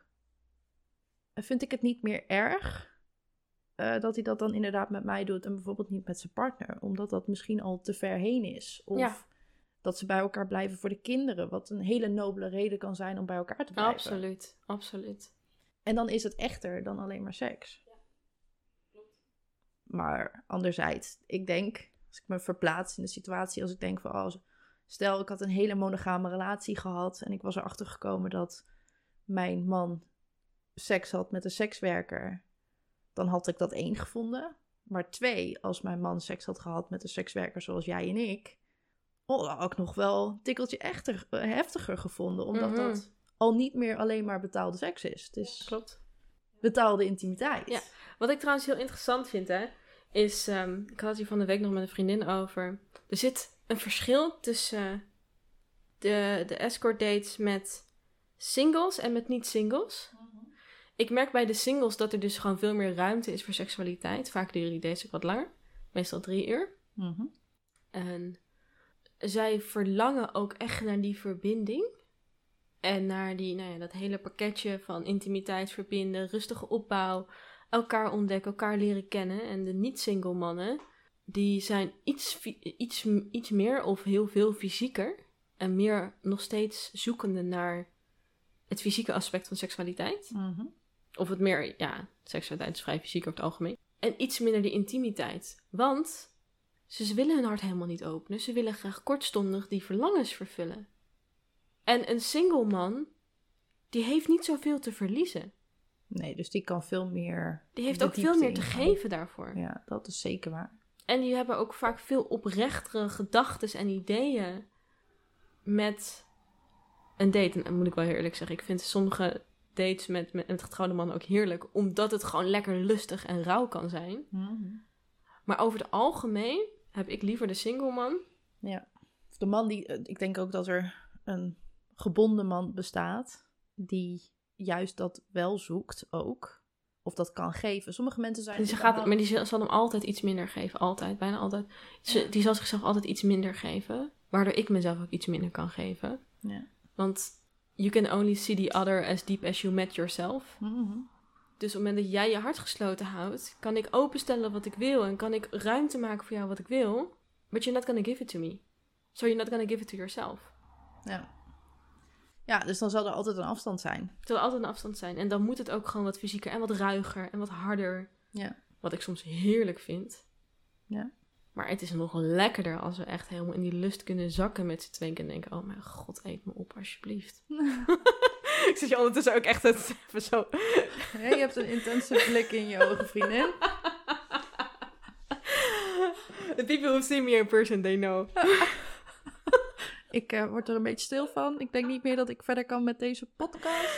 het niet meer erg dat hij dat dan inderdaad met mij doet en bijvoorbeeld niet met zijn partner. Omdat dat misschien al te ver heen is. Of dat ze bij elkaar blijven voor de kinderen. Wat een hele nobele reden kan zijn om bij elkaar te blijven. Absoluut, absoluut. En dan is het echter dan alleen maar seks. Ja, klopt. Maar anderzijds, ik denk, als ik me verplaats in de situatie, als ik denk van, stel ik had een hele monogame relatie gehad en ik was erachter gekomen dat mijn man seks had met een sekswerker, dan had ik dat 1 gevonden. Maar 2, als mijn man seks had gehad met een sekswerker zoals jij en ik, dan had ik nog wel een tikkeltje heftiger gevonden, omdat dat al niet meer alleen maar betaalde seks is. Het is betaalde intimiteit. Ja. Wat ik trouwens heel interessant vind, is, ik had het hier van de week nog met een vriendin over. Er zit een verschil tussen de escort dates met singles en met niet-singles. Ik merk bij de singles dat er dus gewoon veel meer ruimte is voor seksualiteit. Vaak duren die dates ook wat langer. Meestal 3 uur. En zij verlangen ook echt naar die verbinding. En naar die, dat hele pakketje van intimiteit verbinden, rustige opbouw, elkaar ontdekken, elkaar leren kennen. En de niet-single mannen, die zijn iets meer of heel veel fysieker. En meer nog steeds zoekende naar het fysieke aspect van seksualiteit. Of het meer, seksualiteit is vrij fysiek over het algemeen. En iets minder die intimiteit. Want ze willen hun hart helemaal niet openen. Ze willen graag kortstondig die verlangens vervullen. En een single man, die heeft niet zoveel te verliezen. Nee, dus die kan veel meer... Die heeft ook veel meer te geven daarvoor. Ja, dat is zeker waar. En die hebben ook vaak veel oprechtere gedachten en ideeën met een date. En moet ik wel heel eerlijk zeggen, ik vind sommige dates met getrouwde mannen ook heerlijk, omdat het gewoon lekker lustig en rauw kan zijn. Maar over het algemeen heb ik liever de single man. Ja, of de man die... Ik denk ook dat er een gebonden man bestaat die juist dat wel zoekt ook. Of dat kan geven. Sommige mensen zijn... Maar die zal hem altijd iets minder geven. Altijd, bijna altijd. Die zal zichzelf altijd iets minder geven. Waardoor ik mezelf ook iets minder kan geven. Ja. Want you can only see the other as deep as you met yourself. Dus op het moment dat jij je hart gesloten houdt, kan ik openstellen wat ik wil. En kan ik ruimte maken voor jou wat ik wil. But you're not gonna give it to me. So you're not gonna give it to yourself. Ja, dus dan zal er altijd een afstand zijn. Er zal altijd een afstand zijn. En dan moet het ook gewoon wat fysieker en wat ruiger en wat harder. Ja. Wat ik soms heerlijk vind. Ja. Maar het is nog lekkerder als we echt helemaal in die lust kunnen zakken met z'n tweeën. En denken, oh mijn god, eet me op alsjeblieft. Ik zit je ondertussen ook echt even zo... Ja, je hebt een intense blik in je ogen, vriendin. The people who see me in person, they know. Ik word er een beetje stil van. Ik denk niet meer dat ik verder kan met deze podcast.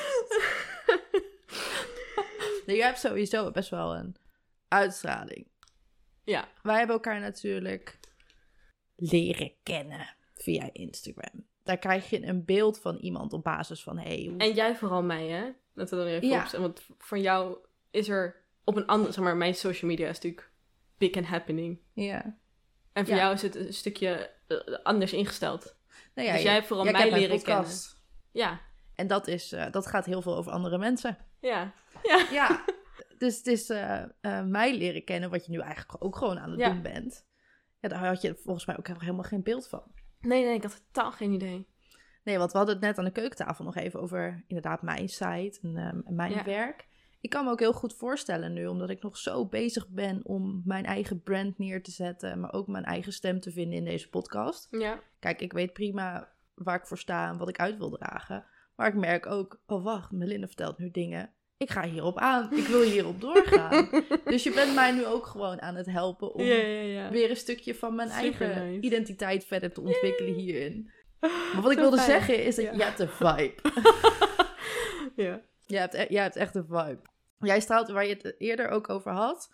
Je hebt sowieso best wel een uitstraling. Ja. Wij hebben elkaar natuurlijk leren kennen via Instagram. Daar krijg je een beeld van iemand op basis van... En jij vooral mij, hè? Dat we dan even opzetten. Want voor jou is er op een andere... Zeg maar, mijn social media is natuurlijk big and happening. Ja. En voor jou is het een stukje anders ingesteld. Nou ja, dus jij hebt vooral mij leren kennen. Ja. En dat gaat heel veel over andere mensen. Ja. Ja, Dus het is mij leren kennen wat je nu eigenlijk ook gewoon aan het doen bent. Ja, daar had je volgens mij ook helemaal geen beeld van. Nee, ik had totaal geen idee. Nee, want we hadden het net aan de keukentafel nog even over inderdaad mijn site en mijn werk. Ik kan me ook heel goed voorstellen nu, omdat ik nog zo bezig ben om mijn eigen brand neer te zetten, maar ook mijn eigen stem te vinden in deze podcast. Ja. Kijk, ik weet prima waar ik voor sta en wat ik uit wil dragen. Maar ik merk ook, oh wacht, Melinda vertelt nu dingen. Ik ga hierop aan. Ik wil hierop doorgaan. Dus je bent mij nu ook gewoon aan het helpen om weer een stukje van mijn eigen identiteit verder te ontwikkelen hierin. Maar wat ik wilde zeggen is dat je hebt een vibe. Ja. Jij hebt echt een vibe. Jij straalt, waar je het eerder ook over had,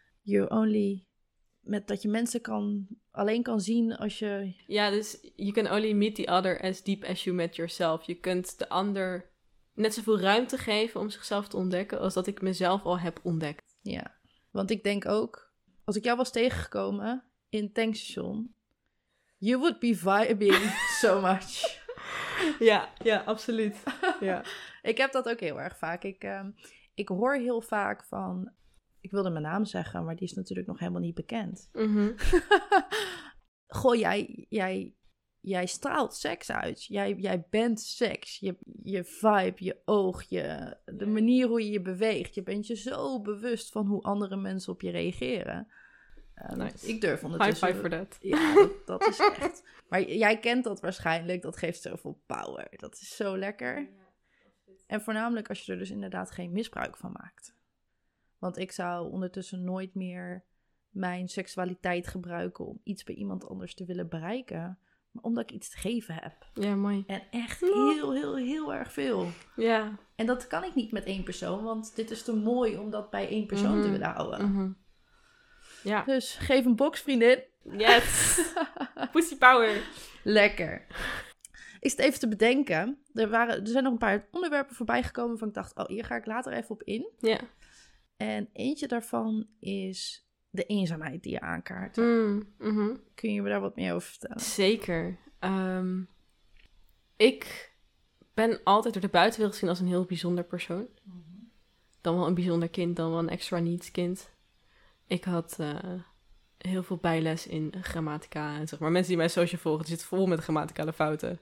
dat je mensen alleen kan zien als je... Ja, dus you can only meet the other as deep as you met yourself. Je kunt de ander net zoveel ruimte geven om zichzelf te ontdekken als dat ik mezelf al heb ontdekt. Ja, want ik denk ook, als ik jou was tegengekomen in het tankstation, you would be vibing so much. Ja, absoluut. Ja. Ik heb dat ook heel erg vaak. Ik hoor heel vaak van... Ik wilde mijn naam zeggen, maar die is natuurlijk nog helemaal niet bekend. Mm-hmm. Goh, jij straalt seks uit. Jij bent seks. Je vibe, je oog, de manier hoe je je beweegt. Je bent je zo bewust van hoe andere mensen op je reageren. Nice. Ik durf ondertussen... High five voor dat. Ja, dat is echt... Maar jij kent dat waarschijnlijk. Dat geeft zoveel power. Dat is zo lekker. En voornamelijk als je er dus inderdaad geen misbruik van maakt. Want ik zou ondertussen nooit meer mijn seksualiteit gebruiken om iets bij iemand anders te willen bereiken. Maar omdat ik iets te geven heb. Ja, mooi. En echt heel, heel, heel erg veel. Ja. En dat kan ik niet met één persoon, want dit is te mooi om dat bij één persoon te willen houden. Mm-hmm. Ja. Dus geef een box, vriendin. Yes. Pussy power. Lekker. Ik zit even te bedenken. Er zijn nog een paar onderwerpen voorbij gekomen waarvan ik dacht, hier ga ik later even op in. Ja. En eentje daarvan is de eenzaamheid die je aankaart. Mm-hmm. Kun je me daar wat meer over vertellen? Zeker. Ik ben altijd door de buitenwereld gezien als een heel bijzonder persoon. Mm-hmm. Dan wel een bijzonder kind, dan wel een extra needs kind. Ik had heel veel bijles in grammatica. En zeg maar, mensen die mijn social volgen, die zitten vol met grammaticale fouten.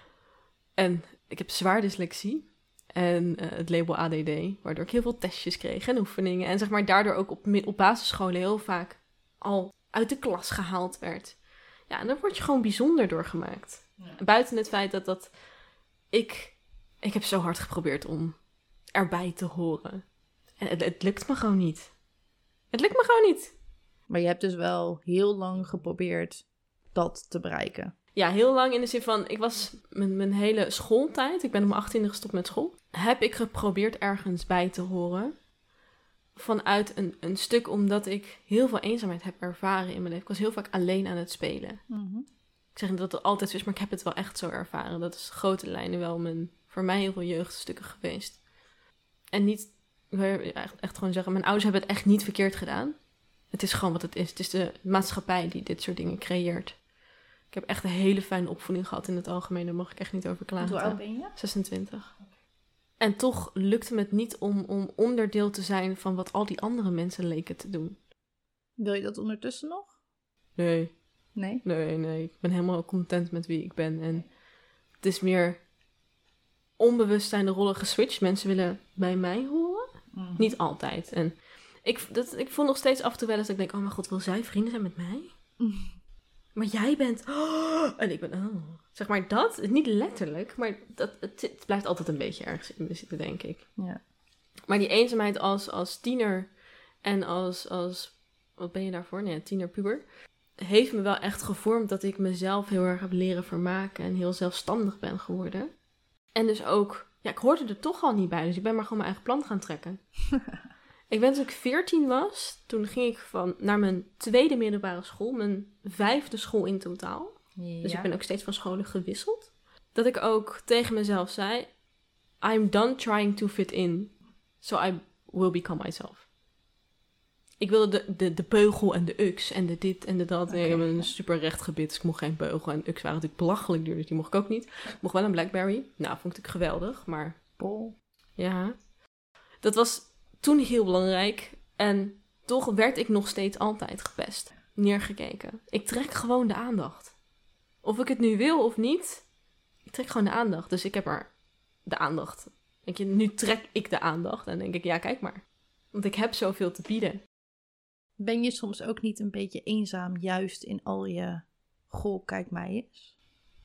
En ik heb zwaar dyslexie. En het label ADD, waardoor ik heel veel testjes kreeg en oefeningen. En zeg maar daardoor ook op basisscholen heel vaak al uit de klas gehaald werd. Ja, en daar word je gewoon bijzonder door gemaakt. Ja. Buiten het feit dat ik heb zo hard geprobeerd om erbij te horen. En het lukt me gewoon niet. Het lukt me gewoon niet. Maar je hebt dus wel heel lang geprobeerd dat te bereiken. Ja, heel lang in de zin van, ik was mijn hele schooltijd, ik ben om 18e gestopt met school, heb ik geprobeerd ergens bij te horen. Vanuit een stuk omdat ik heel veel eenzaamheid heb ervaren in mijn leven. Ik was heel vaak alleen aan het spelen. Mm-hmm. Ik zeg niet dat het altijd zo is, maar ik heb het wel echt zo ervaren. Dat is grote lijnen wel voor mij heel veel jeugdstukken geweest. En niet, ik wil echt gewoon zeggen, mijn ouders hebben het echt niet verkeerd gedaan. Het is gewoon wat het is. Het is de maatschappij die dit soort dingen creëert. Ik heb echt een hele fijne opvoeding gehad in het algemeen. Daar mag ik echt niet over klagen. Hoe oud ben je? 26. Okay. En toch lukte me het niet om onderdeel te zijn van wat al die andere mensen leken te doen. Wil je dat ondertussen nog? Nee. Nee? Nee. Ik ben helemaal content met wie ik ben. En het is meer onbewust zijn de rollen geswitcht. Mensen willen bij mij horen. Mm. Niet altijd. En ik voel nog steeds af en toe wel eens dat ik denk, oh mijn god, wil zij vrienden zijn met mij? Mm. Maar jij bent... Oh, en ik ben... Oh. Zeg maar dat, niet letterlijk, maar het blijft altijd een beetje ergens in me zitten, denk ik. Ja. Maar die eenzaamheid als tiener en als... Wat ben je daarvoor? Nee, tiener-puber. Heeft me wel echt gevormd dat ik mezelf heel erg heb leren vermaken en heel zelfstandig ben geworden. En dus ook... Ja, ik hoorde er toch al niet bij, dus ik ben maar gewoon mijn eigen plan gaan trekken. Ik weet dat ik 14 was. Toen ging ik naar mijn tweede middelbare school. Mijn 5e school in totaal. Ja. Dus ik ben ook steeds van scholen gewisseld. Dat ik ook tegen mezelf zei... I'm done trying to fit in. So I will become myself. Ik wilde de beugel en de uks en de dit en de dat. Okay. Ik heb een super recht gebit, dus ik mocht geen beugel. En uks waren natuurlijk belachelijk duur, dus die mocht ik ook niet. Ik mocht wel een Blackberry. Nou, vond ik geweldig, maar... Bol. Ja. Dat was... toen heel belangrijk. En toch werd ik nog steeds altijd gepest. Neergekeken. Ik trek gewoon de aandacht. Of ik het nu wil of niet, ik trek gewoon de aandacht. Dus ik heb er de aandacht. Denk je, nu trek ik de aandacht. En denk ik, ja, kijk maar. Want ik heb zoveel te bieden. Ben je soms ook niet een beetje eenzaam, juist in al je, goh, kijk mij eens?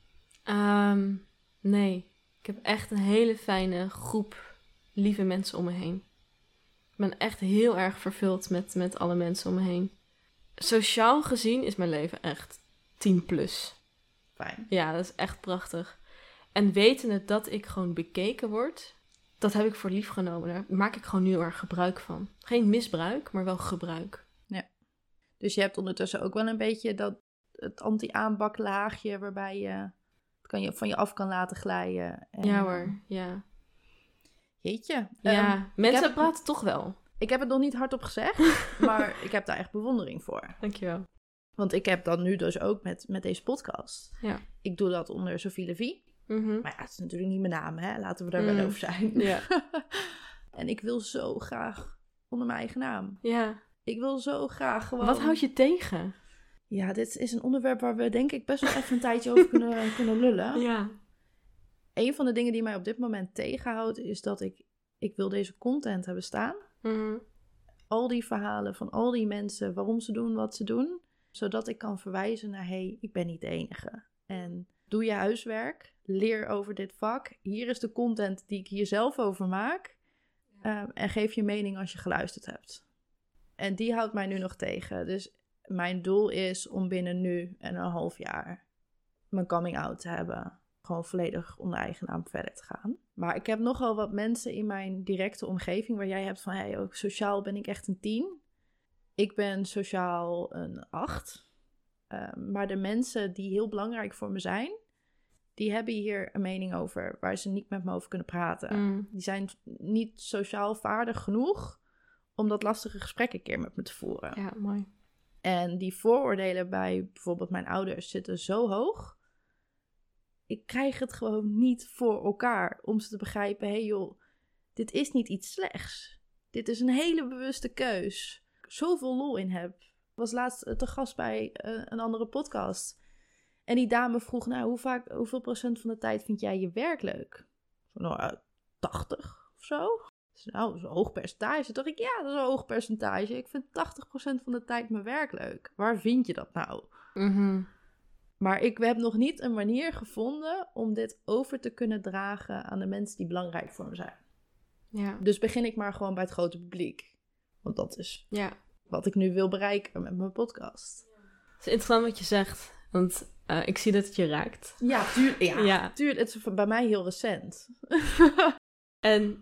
Nee. Ik heb echt een hele fijne groep lieve mensen om me heen. Ik ben echt heel erg vervuld met alle mensen om me heen. Sociaal gezien is mijn leven echt 10 plus. Fijn. Ja, dat is echt prachtig. En wetende dat ik gewoon bekeken word, dat heb ik voor lief genomen. Daar maak ik gewoon nu heel erg gebruik van. Geen misbruik, maar wel gebruik. Dus je hebt ondertussen ook wel een beetje het anti-aanbaklaagje waarbij je het van je af kan laten glijden. En, Ja hoor, ja. Jeetje. Ja, mensen praten toch wel. Ik heb het nog niet hardop gezegd, maar ik heb daar echt bewondering voor. Dankjewel. Want ik heb dat nu dus ook met deze podcast. Ja. Ik doe dat onder Sophie Levie. Mhm. Maar ja, het is natuurlijk niet mijn naam, hè. Laten we daar wel over zijn. Ja. En ik wil zo graag onder mijn eigen naam. Ja. Ik wil zo graag gewoon... Wat houd je tegen? Ja, dit is een onderwerp waar we denk ik best wel even een tijdje over kunnen lullen. Ja. Een van de dingen die mij op dit moment tegenhoudt is dat ik wil deze content hebben staan. Mhm. Al die verhalen van al die mensen, waarom ze doen wat ze doen. Zodat ik kan verwijzen naar, hey, ik ben niet de enige. En doe je huiswerk, leer over dit vak. Hier is de content die ik hier zelf over maak. En geef je mening als je geluisterd hebt. En die houdt mij nu nog tegen. Dus mijn doel is om binnen nu en een half jaar mijn coming out te hebben. Gewoon volledig onder eigen naam verder te gaan. Maar ik heb nogal wat mensen in mijn directe omgeving waar jij hebt van, hey, ook sociaal ben ik echt een 10. Ik ben sociaal een 8. Maar de mensen die heel belangrijk voor me zijn, die hebben hier een mening over waar ze niet met me over kunnen praten. Die zijn niet sociaal vaardig genoeg om dat lastige gesprek een keer met me te voeren. Ja, mooi. En die vooroordelen bij bijvoorbeeld mijn ouders zitten zo hoog. Ik krijg het gewoon niet voor elkaar om ze te begrijpen, hey joh, dit is niet iets slechts. Dit is een hele bewuste keus. Ik zoveel lol in heb. Ik was laatst te gast bij een andere podcast. En die dame vroeg, nou, hoeveel procent van de tijd vind jij je werk leuk? Nou, 80 of zo. Dus, nou, dat is een hoog percentage. Toen dacht ik, ja, dat is een hoog percentage. Ik vind 80% van de tijd mijn werk leuk. Waar vind je dat nou? Mhm. Maar ik heb nog niet een manier gevonden om dit over te kunnen dragen aan de mensen die belangrijk voor me zijn. Ja. Dus begin ik maar gewoon bij het grote publiek. Want dat is Ja. wat ik nu wil bereiken met mijn podcast. Het is interessant wat je zegt, want ik zie dat het je raakt. Ja, tuurlijk. Ja. Het is bij mij heel recent. En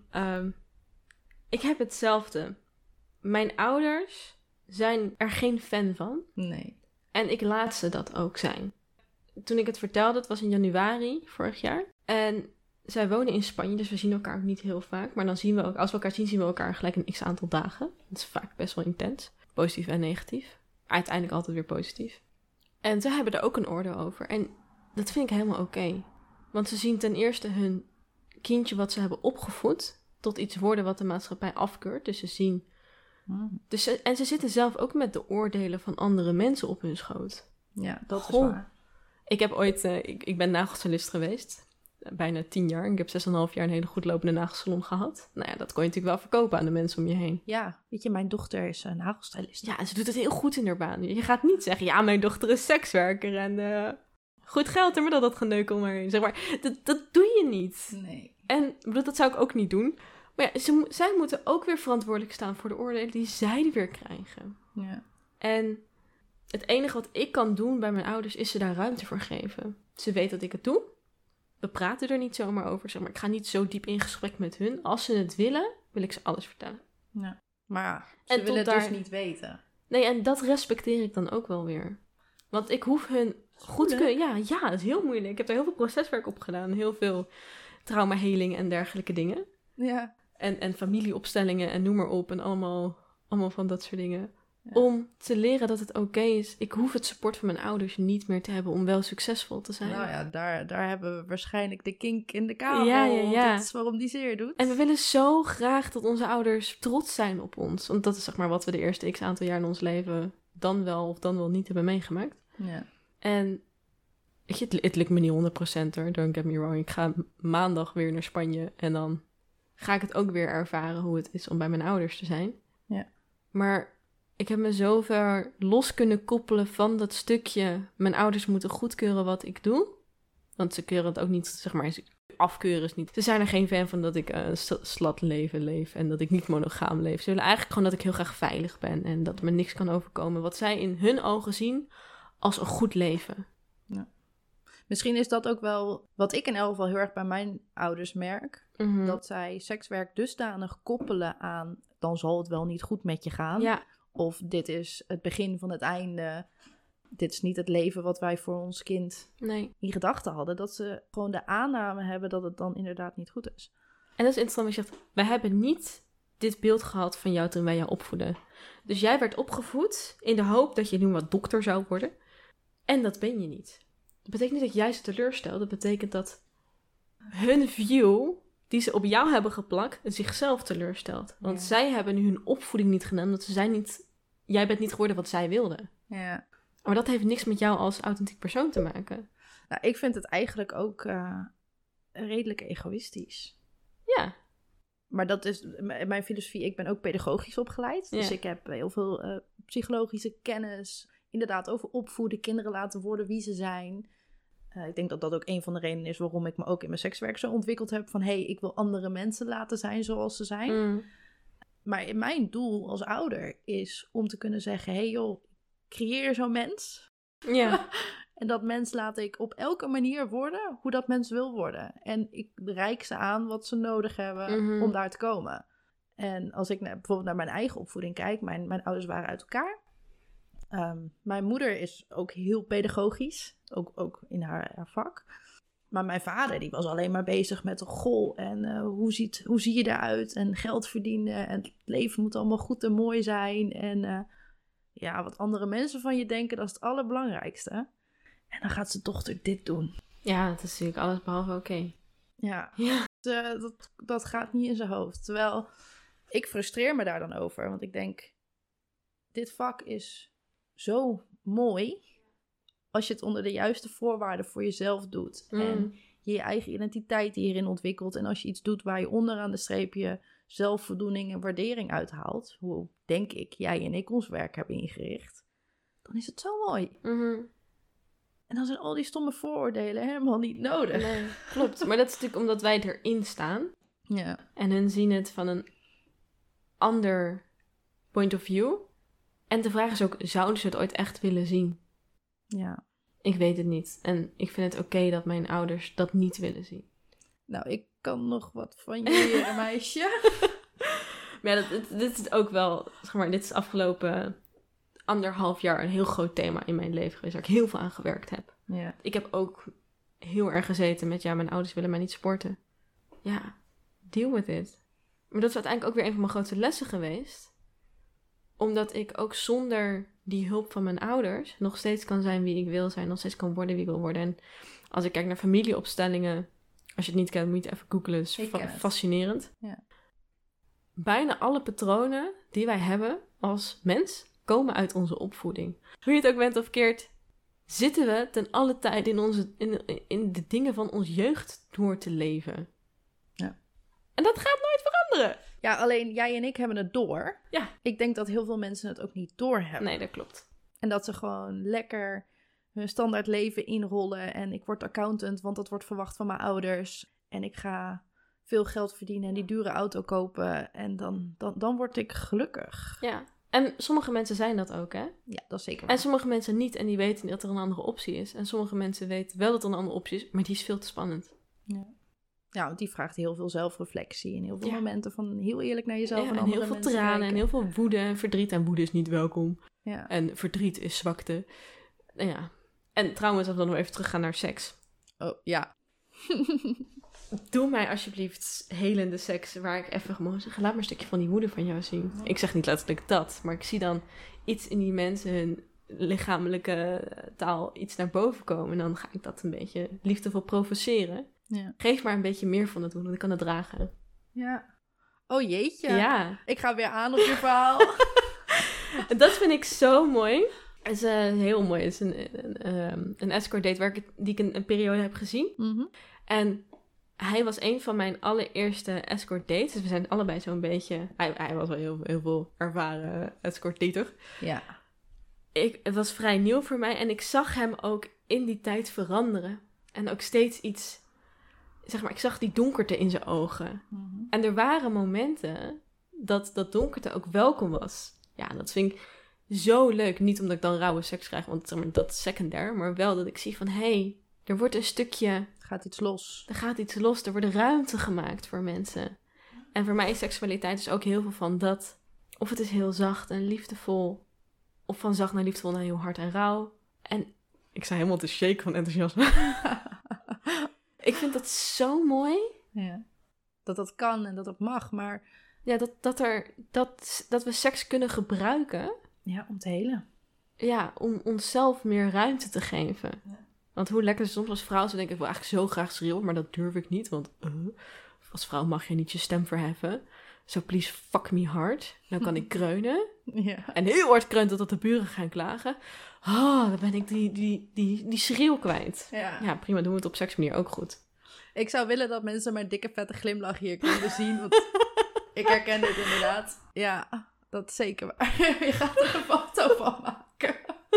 ik heb hetzelfde. Mijn ouders zijn er geen fan van. Nee. En ik laat ze dat ook zijn. Toen ik het vertelde, het was in januari vorig jaar. En zij wonen in Spanje, dus we zien elkaar ook niet heel vaak. Maar dan zien we ook, als we elkaar zien, zien we elkaar gelijk een x-aantal dagen. Dat is vaak best wel intens. Positief en negatief. Uiteindelijk altijd weer positief. En zij hebben er ook een oordeel over. En dat vind ik helemaal oké. Want ze zien ten eerste hun kindje wat ze hebben opgevoed tot iets worden wat de maatschappij afkeurt. Dus ze zien... En ze zitten zelf ook met de oordelen van andere mensen op hun schoot. Ja, dat is Goh. waar. Ik heb ooit... ik ben nagelstylist geweest. Bijna 10 jaar. Ik heb 6,5 jaar een hele goed lopende nagelsalon gehad. Nou ja, dat kon je natuurlijk wel verkopen aan de mensen om je heen. Ja, weet je, mijn dochter is een nagelstylist. Ja, en ze doet het heel goed in haar baan. Je gaat niet zeggen, ja, mijn dochter is sekswerker en goed geld en maar dat geneukel om haar heen. Zeg maar, dat doe je niet. Nee. En ik bedoel, dat zou ik ook niet doen. Maar ja, zij moeten ook weer verantwoordelijk staan voor de oordelen die zij weer krijgen. Ja. En het enige wat ik kan doen bij mijn ouders is ze daar ruimte voor geven. Ze weten dat ik het doe. We praten er niet zomaar over. Zeg maar, ik ga niet zo diep in gesprek met hun. Als ze het willen, wil ik ze alles vertellen. Ja. Maar ja, En ze willen tot het daar- dus niet weten. Nee, en dat respecteer ik dan ook wel weer. Want ik hoef hun goed te kunnen... Ja, dat is heel moeilijk. Ik heb er heel veel proceswerk op gedaan. Heel veel traumaheling en dergelijke dingen. Ja. En familieopstellingen en noem maar op. En allemaal van dat soort dingen. Om te leren dat het oké is. Ik hoef het support van mijn ouders niet meer te hebben om wel succesvol te zijn. Nou ja, daar hebben we waarschijnlijk de kink in de kabel. Ja. Dat is waarom die zeer doet. En we willen zo graag dat onze ouders trots zijn op ons. Want dat is zeg maar wat we de eerste x-aantal jaar in ons leven dan wel of dan wel niet hebben meegemaakt. Ja. En weet je, het lukt me niet 100% hoor, don't get me wrong. Ik ga maandag weer naar Spanje en dan ga ik het ook weer ervaren hoe het is om bij mijn ouders te zijn. Ja. Maar ik heb me zo ver los kunnen koppelen van dat stukje. Mijn ouders moeten goedkeuren wat ik doe. Want ze keuren het ook niet, zeg maar, afkeuren is niet. Ze zijn er geen fan van dat ik een slatleven leef en dat ik niet monogaam leef. Ze willen eigenlijk gewoon dat ik heel graag veilig ben en dat me niks kan overkomen. Wat zij in hun ogen zien als een goed leven. Ja. Misschien is dat ook wel wat ik in elk geval heel erg bij mijn ouders merk. Mm-hmm. Dat zij sekswerk dusdanig koppelen aan, dan zal het wel niet goed met je gaan. Ja. Of dit is het begin van het einde. Dit is niet het leven wat wij voor ons kind Nee. in gedachten hadden. Dat ze gewoon de aanname hebben dat het dan inderdaad niet goed is. En dat is interessant, wat je zegt, wij hebben niet dit beeld gehad van jou toen wij jou opvoeden. Dus jij werd opgevoed in de hoop dat je nu wat dokter zou worden. En dat ben je niet. Dat betekent niet dat jij ze teleurstelt. Dat betekent dat hun view die ze op jou hebben geplakt zichzelf teleurstelt. Want zij hebben nu hun opvoeding niet gedaan. Omdat jij bent niet geworden wat zij wilden. Ja. Maar dat heeft niks met jou als authentiek persoon te maken. Nou, ik vind het eigenlijk ook redelijk egoïstisch. Ja. Maar dat is mijn filosofie. Ik ben ook pedagogisch opgeleid. Dus ik heb heel veel psychologische kennis. Inderdaad over opvoeden, kinderen laten worden wie ze zijn. Ik denk dat dat ook een van de redenen is waarom ik me ook in mijn sekswerk zo ontwikkeld heb. Van ik wil andere mensen laten zijn zoals ze zijn. Mm. Maar mijn doel als ouder is om te kunnen zeggen, joh, creëer zo'n mens. Ja. En dat mens laat ik op elke manier worden hoe dat mens wil worden. En ik reik ze aan wat ze nodig hebben om daar te komen. En als ik bijvoorbeeld naar mijn eigen opvoeding kijk, mijn ouders waren uit elkaar. Mijn moeder is ook heel pedagogisch, ook in haar vak. Maar mijn vader die was alleen maar bezig met en hoe zie je eruit en geld verdienen. En het leven moet allemaal goed en mooi zijn. En wat andere mensen van je denken, dat is het allerbelangrijkste. En dan gaat zijn dochter dit doen. Ja, dat is natuurlijk alles behalve oké. Ja. Dat gaat niet in zijn hoofd. Terwijl ik frustreer me daar dan over. Want ik denk, dit vak is zo mooi als je het onder de juiste voorwaarden voor jezelf doet. En je eigen identiteit hierin ontwikkelt. En als je iets doet waar je onderaan de streep je zelfvoldoening en waardering uithaalt. Hoe, denk ik, jij en ik ons werk hebben ingericht. Dan is het zo mooi. Mm-hmm. En dan zijn al die stomme vooroordelen helemaal niet nodig. Nee, klopt. Maar dat is natuurlijk omdat wij erin staan. Ja. En hun zien het van een ander point of view. En de vraag is ook, zouden ze het ooit echt willen zien? Ja. Ik weet het niet. En ik vind het oké dat mijn ouders dat niet willen zien. Nou, ik kan nog wat van je leren, meisje. Maar ja, dit is ook wel, zeg maar, dit is afgelopen 1,5 jaar een heel groot thema in mijn leven geweest, waar ik heel veel aan gewerkt heb. Ja. Ik heb ook heel erg gezeten met, mijn ouders willen mij niet sporten. Ja, deal with it. Maar dat is uiteindelijk ook weer een van mijn grootste lessen geweest. Omdat ik ook zonder die hulp van mijn ouders nog steeds kan zijn wie ik wil zijn, nog steeds kan worden wie ik wil worden. En als ik kijk naar familieopstellingen, als je het niet kent, moet je het even googlen. Het is fascinerend. Ja. Bijna alle patronen die wij hebben als mens komen uit onze opvoeding. Hoe je het ook bent of keert, zitten we ten alle tijde in de dingen van ons jeugd door te leven. Ja. En dat gaat nooit veranderen. Ja, alleen jij en ik hebben het door. Ja. Ik denk dat heel veel mensen het ook niet doorhebben. Nee, dat klopt. En dat ze gewoon lekker hun standaard leven inrollen. En ik word accountant, want dat wordt verwacht van mijn ouders. En ik ga veel geld verdienen en die dure auto kopen. En dan word ik gelukkig. Ja. En sommige mensen zijn dat ook, hè? Ja, dat is zeker waar. En sommige mensen niet en die weten dat er een andere optie is. En sommige mensen weten wel dat er een andere optie is, maar die is veel te spannend. Ja, want die vraagt heel veel zelfreflectie en heel veel momenten van heel eerlijk naar jezelf en en andere heel veel mensen tranen kijken. en heel veel woede en verdriet. En woede is niet welkom. Ja. En verdriet is zwakte. Ja. En trouwens, als we dan nog even teruggaan naar seks. Oh, ja. Doe mij alsjeblieft helende seks, waar ik even gewoon zeg, laat maar een stukje van die woede van jou zien. Ja. Ik zeg niet letterlijk dat, maar ik zie dan iets in die mensen, hun lichamelijke taal, iets naar boven komen. En dan ga ik dat een beetje liefdevol provoceren. Ja. Geef maar een beetje meer van het doen, want ik kan het dragen. Ja. Oh jeetje. Ja. Ik ga weer aan op je verhaal. Dat vind ik zo mooi. Het is heel mooi. Het is een escort date die ik een periode heb gezien. Mm-hmm. En hij was een van mijn allereerste escort dates. Dus we zijn allebei zo'n beetje... Hij was wel heel veel ervaren escort dater. Ja. Het was vrij nieuw voor mij. En ik zag hem ook in die tijd veranderen. En ook steeds iets... Zeg maar, ik zag die donkerte in zijn ogen. Mm-hmm. En er waren momenten dat donkerte ook welkom was. Ja, dat vind ik zo leuk. Niet omdat ik dan rauwe seks krijg, want zeg maar, dat is secundair. Maar wel dat ik zie van, hey, er wordt een stukje... Er gaat iets los. Er wordt ruimte gemaakt voor mensen. En voor mij is seksualiteit dus ook heel veel van dat. Of het is heel zacht en liefdevol. Of van zacht naar liefdevol naar heel hard en rauw. En ik sta helemaal te shake van enthousiasme. Ik vind dat zo mooi. Ja. Dat kan en dat mag, maar... Ja, dat we seks kunnen gebruiken. Ja, om te helen. Ja, om onszelf meer ruimte te geven. Ja. Want hoe lekker soms als vrouw, zo denk ik wel eigenlijk zo graag schreeuwen, maar dat durf ik niet. Want als vrouw mag je niet je stem verheffen. So please fuck me hard. Dan kan ik kreunen. Ja. En heel hard kreunen totdat de buren gaan klagen. Oh, dan ben ik die schreeuw kwijt. Ja, prima, doen we het op seksmanier ook goed. Ik zou willen dat mensen mijn dikke vette glimlach hier kunnen zien. Want ik herken dit inderdaad. Ja, dat is zeker waar. Je gaat er een foto van maken.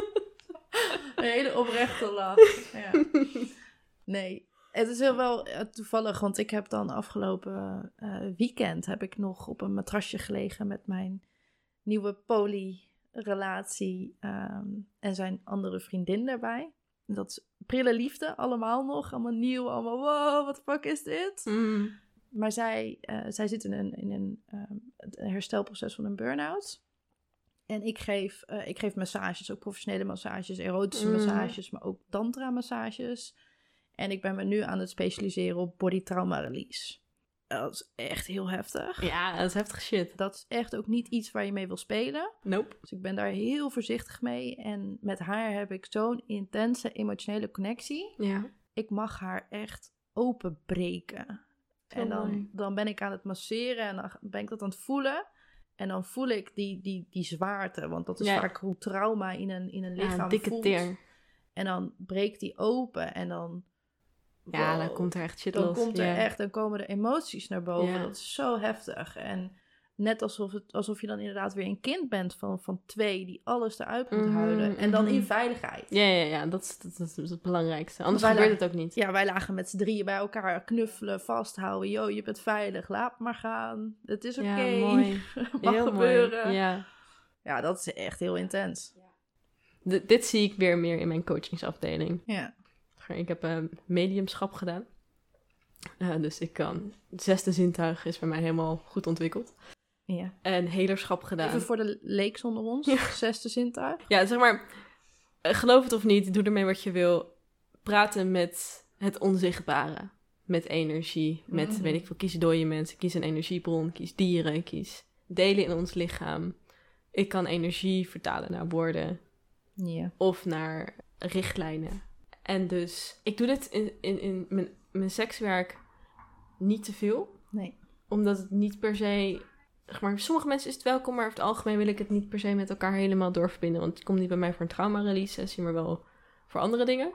Een hele oprechte lach. Ja. Nee, het is heel wel toevallig. Want ik heb dan afgelopen weekend... heb ik nog op een matrasje gelegen met mijn nieuwe poly-relatie. En zijn andere vriendin daarbij. Dat is prille liefde, allemaal nog. Allemaal nieuw, allemaal wow, wat de fuck is dit? Mm. Maar zij zit in een herstelproces van een burn-out. En ik geef massages, ook professionele massages, erotische massages, maar ook tantra-massages. En ik ben me nu aan het specialiseren op body trauma release. Dat is echt heel heftig. Ja, dat is heftig shit. Dat is echt ook niet iets waar je mee wil spelen. Nope. Dus ik ben daar heel voorzichtig mee. En met haar heb ik zo'n intense emotionele connectie. Ja. Ik mag haar echt openbreken. En dan ben ik aan het masseren en dan ben ik dat aan het voelen. En dan voel ik die zwaarte. Want dat is vaak hoe trauma in een lichaam dikke voelt. Teer. En dan breekt die open en dan... Ja, dan komt er echt shit los. Dan komen er emoties naar boven. Ja. Dat is zo heftig. En net alsof je dan inderdaad weer een kind bent van 2... die alles eruit moet huilen. En dan in veiligheid. Ja, dat is het belangrijkste. Anders gebeurt het ook niet. Ja, wij lagen met z'n 3 bij elkaar knuffelen, vasthouden. Yo, je bent veilig, laat maar gaan. Het is oké. Ja, mooi. Mag heel gebeuren. Mooi. Ja, dat is echt heel intens. Dit zie ik weer meer in mijn coachingsafdeling. Ja. Ik heb mediumschap gedaan. Dus ik kan... Het 6e zintuig is bij mij helemaal goed ontwikkeld. Ja. En helerschap gedaan. Even voor de leeks onder ons. 6e zintuig. Ja, zeg maar... geloof het of niet, doe ermee wat je wil. Praten met het onzichtbare. Met energie. Met, weet ik veel, kies dode mensen. Kies een energiebron. Kies dieren. Kies delen in ons lichaam. Ik kan energie vertalen naar woorden. Ja. Of naar richtlijnen. En dus, ik doe dit in mijn sekswerk niet te veel. Nee. Omdat het niet per se... Maar sommige mensen is het welkom, maar over het algemeen wil ik het niet per se met elkaar helemaal doorverbinden. Want het komt niet bij mij voor een trauma-release sessie, maar wel voor andere dingen.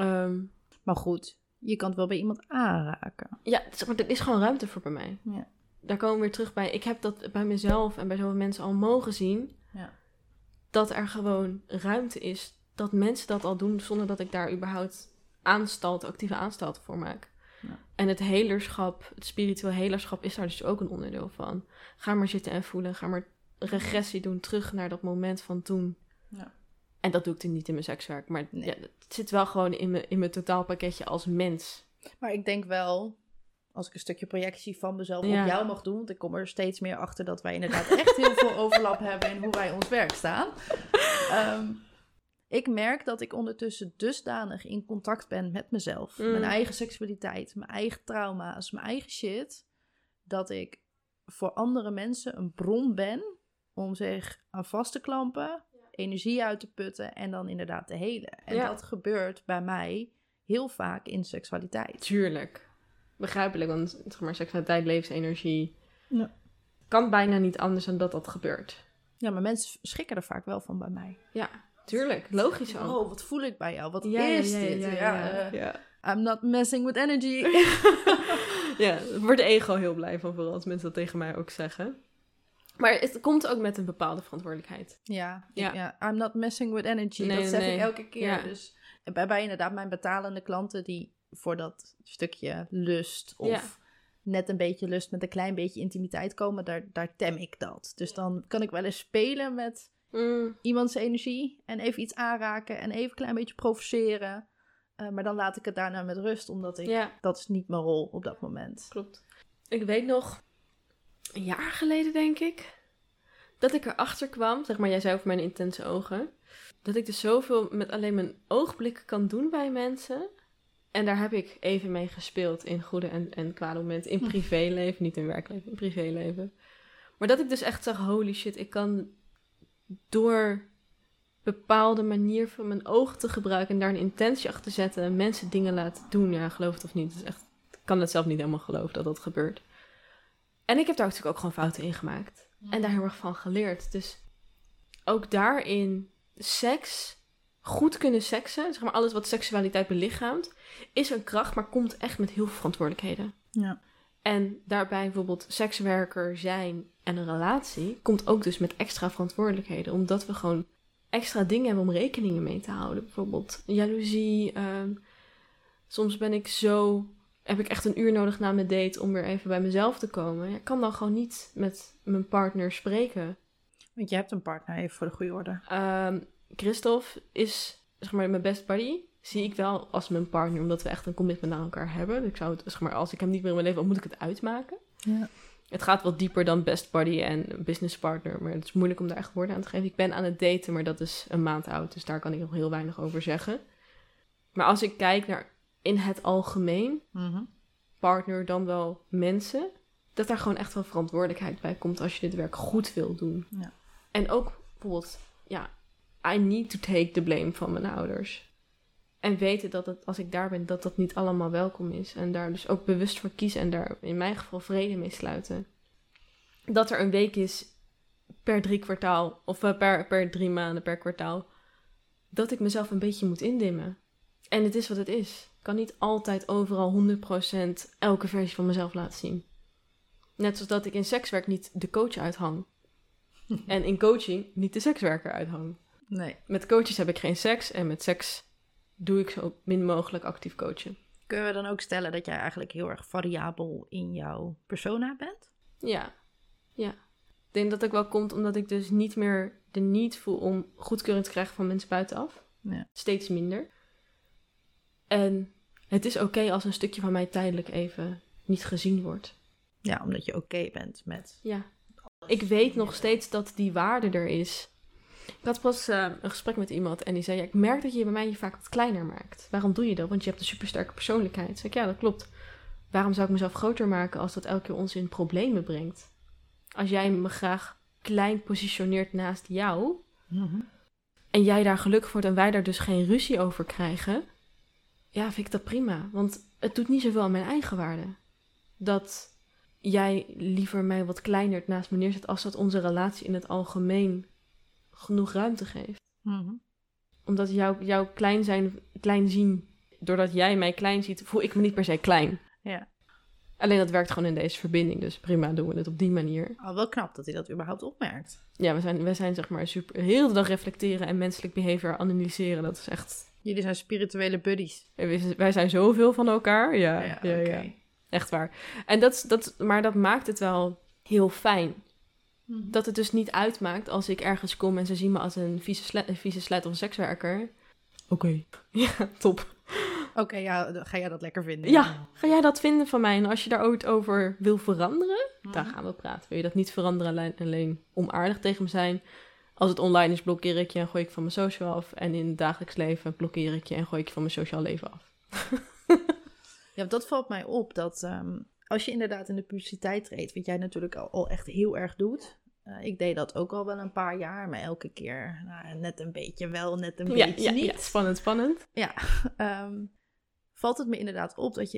Maar goed, je kan het wel bij iemand aanraken. Ja, maar er is gewoon ruimte voor bij mij. Ja. Daar komen we weer terug bij. Ik heb dat bij mezelf en bij zoveel mensen al mogen zien. Ja. Dat er gewoon ruimte is. Dat mensen dat al doen zonder dat ik daar überhaupt actieve aanstalten voor maak. Ja. En het helerschap, het spiritueel helerschap is daar dus ook een onderdeel van. Ga maar zitten en voelen. Ga maar regressie doen terug naar dat moment van toen. Ja. En dat doe ik niet in mijn sekswerk. Maar ja, het zit wel gewoon in mijn totaalpakketje als mens. Maar ik denk wel, als ik een stukje projectie van mezelf op jou mag doen. Want ik kom er steeds meer achter dat wij inderdaad echt heel veel overlap hebben in hoe wij ons werk staan. Ik merk dat ik ondertussen dusdanig in contact ben met mezelf. Mijn eigen seksualiteit, mijn eigen trauma's, mijn eigen shit. Dat ik voor andere mensen een bron ben om zich aan vast te klampen, energie uit te putten en dan inderdaad te helen. En dat gebeurt bij mij heel vaak in seksualiteit. Tuurlijk. Begrijpelijk, want zeg maar, seksualiteit, levensenergie. Ja. Kan bijna niet anders dan dat gebeurt. Ja, maar mensen schrikken er vaak wel van bij mij. Ja, tuurlijk. Logisch ook. Oh, wat voel ik bij jou? Wat is dit? Ja. I'm not messing with energy. Ja, daar wordt de ego heel blij van, vooral als mensen dat tegen mij ook zeggen. Maar het komt ook met een bepaalde verantwoordelijkheid. Ja. I'm not messing with energy. Dat zeg ik elke keer. Ja. Dus bij inderdaad mijn betalende klanten die voor dat stukje lust of net een beetje lust met een klein beetje intimiteit komen, daar tem ik dat. Dus dan kan ik wel eens spelen met iemands energie en even iets aanraken en even een klein beetje provoceren. Maar dan laat ik het daarna met rust, omdat dat is niet mijn rol op dat moment. Klopt. Ik weet nog, een jaar geleden denk ik, dat ik erachter kwam, zeg maar, jij zei over mijn intense ogen, dat ik dus zoveel met alleen mijn oogblikken kan doen bij mensen. En daar heb ik even mee gespeeld in goede en kwade momenten, in privéleven, niet in werkleven, in privéleven. Maar dat ik dus echt zag, holy shit, ik kan door bepaalde manier van mijn ogen te gebruiken en daar een intentie achter te zetten, mensen dingen laten doen. Ja, geloof het of niet. Het is echt, ik kan het zelf niet helemaal geloven dat dat gebeurt. En ik heb daar natuurlijk ook gewoon fouten in gemaakt. En daar heel erg van geleerd. Dus ook daarin seks, goed kunnen seksen, zeg maar alles wat seksualiteit belichaamt, is een kracht, maar komt echt met heel veel verantwoordelijkheden. Ja. En daarbij bijvoorbeeld sekswerker zijn en een relatie komt ook dus met extra verantwoordelijkheden. Omdat we gewoon extra dingen hebben om rekeningen mee te houden. Bijvoorbeeld jaloezie. Soms heb ik echt een uur nodig na mijn date om weer even bij mezelf te komen. Ik kan dan gewoon niet met mijn partner spreken. Want je hebt een partner, even voor de goede orde. Christophe is, zeg maar, mijn best buddy. Zie ik wel als mijn partner, omdat we echt een commitment naar elkaar hebben. Dus ik zou het, zeg maar, als ik hem niet meer in mijn leven heb, moet ik het uitmaken. Ja. Het gaat wat dieper dan best buddy en business partner, maar het is moeilijk om daar echt woorden aan te geven. Ik ben aan het daten, maar dat is een maand oud, dus daar kan ik nog heel weinig over zeggen. Maar als ik kijk naar in het algemeen, partner dan wel mensen, dat daar gewoon echt wel verantwoordelijkheid bij komt als je dit werk goed wil doen. Ja. En ook bijvoorbeeld, I need to take the blame van mijn ouders. En weten dat het, als ik daar ben, dat dat niet allemaal welkom is. En daar dus ook bewust voor kiezen en daar in mijn geval vrede mee sluiten. Dat er een week is per 3 kwartaal, of per 3 maanden per kwartaal, dat ik mezelf een beetje moet indimmen. En het is wat het is. Ik kan niet altijd overal 100% elke versie van mezelf laten zien. Net zoals dat ik in sekswerk niet de coach uithang. En in coaching niet de sekswerker uithang. Nee. Met coaches heb ik geen seks en met seks doe ik zo min mogelijk actief coachen. Kunnen we dan ook stellen dat jij eigenlijk heel erg variabel in jouw persona bent? Ja. Ik denk dat ook wel komt omdat ik dus niet meer de need voel om goedkeuring te krijgen van mensen buitenaf. Ja. Steeds minder. En het is oké als een stukje van mij tijdelijk even niet gezien wordt. Ja, omdat je oké bent met... Ja. Ik weet nog steeds dat die waarde er is. Ik had pas een gesprek met iemand en die zei, ik merk dat je bij mij vaak wat kleiner maakt. Waarom doe je dat? Want je hebt een supersterke persoonlijkheid. Zeg ik, ja, dat klopt. Waarom zou ik mezelf groter maken als dat elke keer ons in problemen brengt? Als jij me graag klein positioneert naast jou, en jij daar gelukkig wordt en wij daar dus geen ruzie over krijgen, ja, vind ik dat prima. Want het doet niet zoveel aan mijn eigen waarde. Dat jij liever mij wat kleiner naast me neerzet als dat onze relatie in het algemeen genoeg ruimte geeft. Omdat jouw klein zien, doordat jij mij klein ziet, voel ik me niet per se klein. Ja. Alleen dat werkt gewoon in deze verbinding, dus prima, doen we het op die manier. Wel knap dat hij dat überhaupt opmerkt. Ja, we zijn zeg maar super, heel de dag reflecteren en menselijk behavior analyseren, dat is echt... Jullie zijn spirituele buddies. Wij zijn zoveel van elkaar, ja. Okay. Echt waar. En maar dat maakt het wel heel fijn. Dat het dus niet uitmaakt als ik ergens kom en ze zien me als een vieze slet of een sekswerker. Oké. Ja, top. Oké, ja, ga jij dat lekker vinden? Ja, ga jij dat vinden van mij? En als je daar ooit over wil veranderen, dan gaan we praten. Wil je dat niet veranderen alleen om aardig tegen me zijn? Als het online is, blokkeer ik je en gooi ik van mijn social af. En in het dagelijks leven blokkeer ik je en gooi ik je van mijn sociaal leven af. Ja, dat valt mij op. Dat als je inderdaad in de publiciteit treedt, wat jij natuurlijk al echt heel erg doet. Ik deed dat ook al wel een paar jaar, maar elke keer net een beetje wel, net een beetje niet. Ja, spannend. Ja, valt het me inderdaad op dat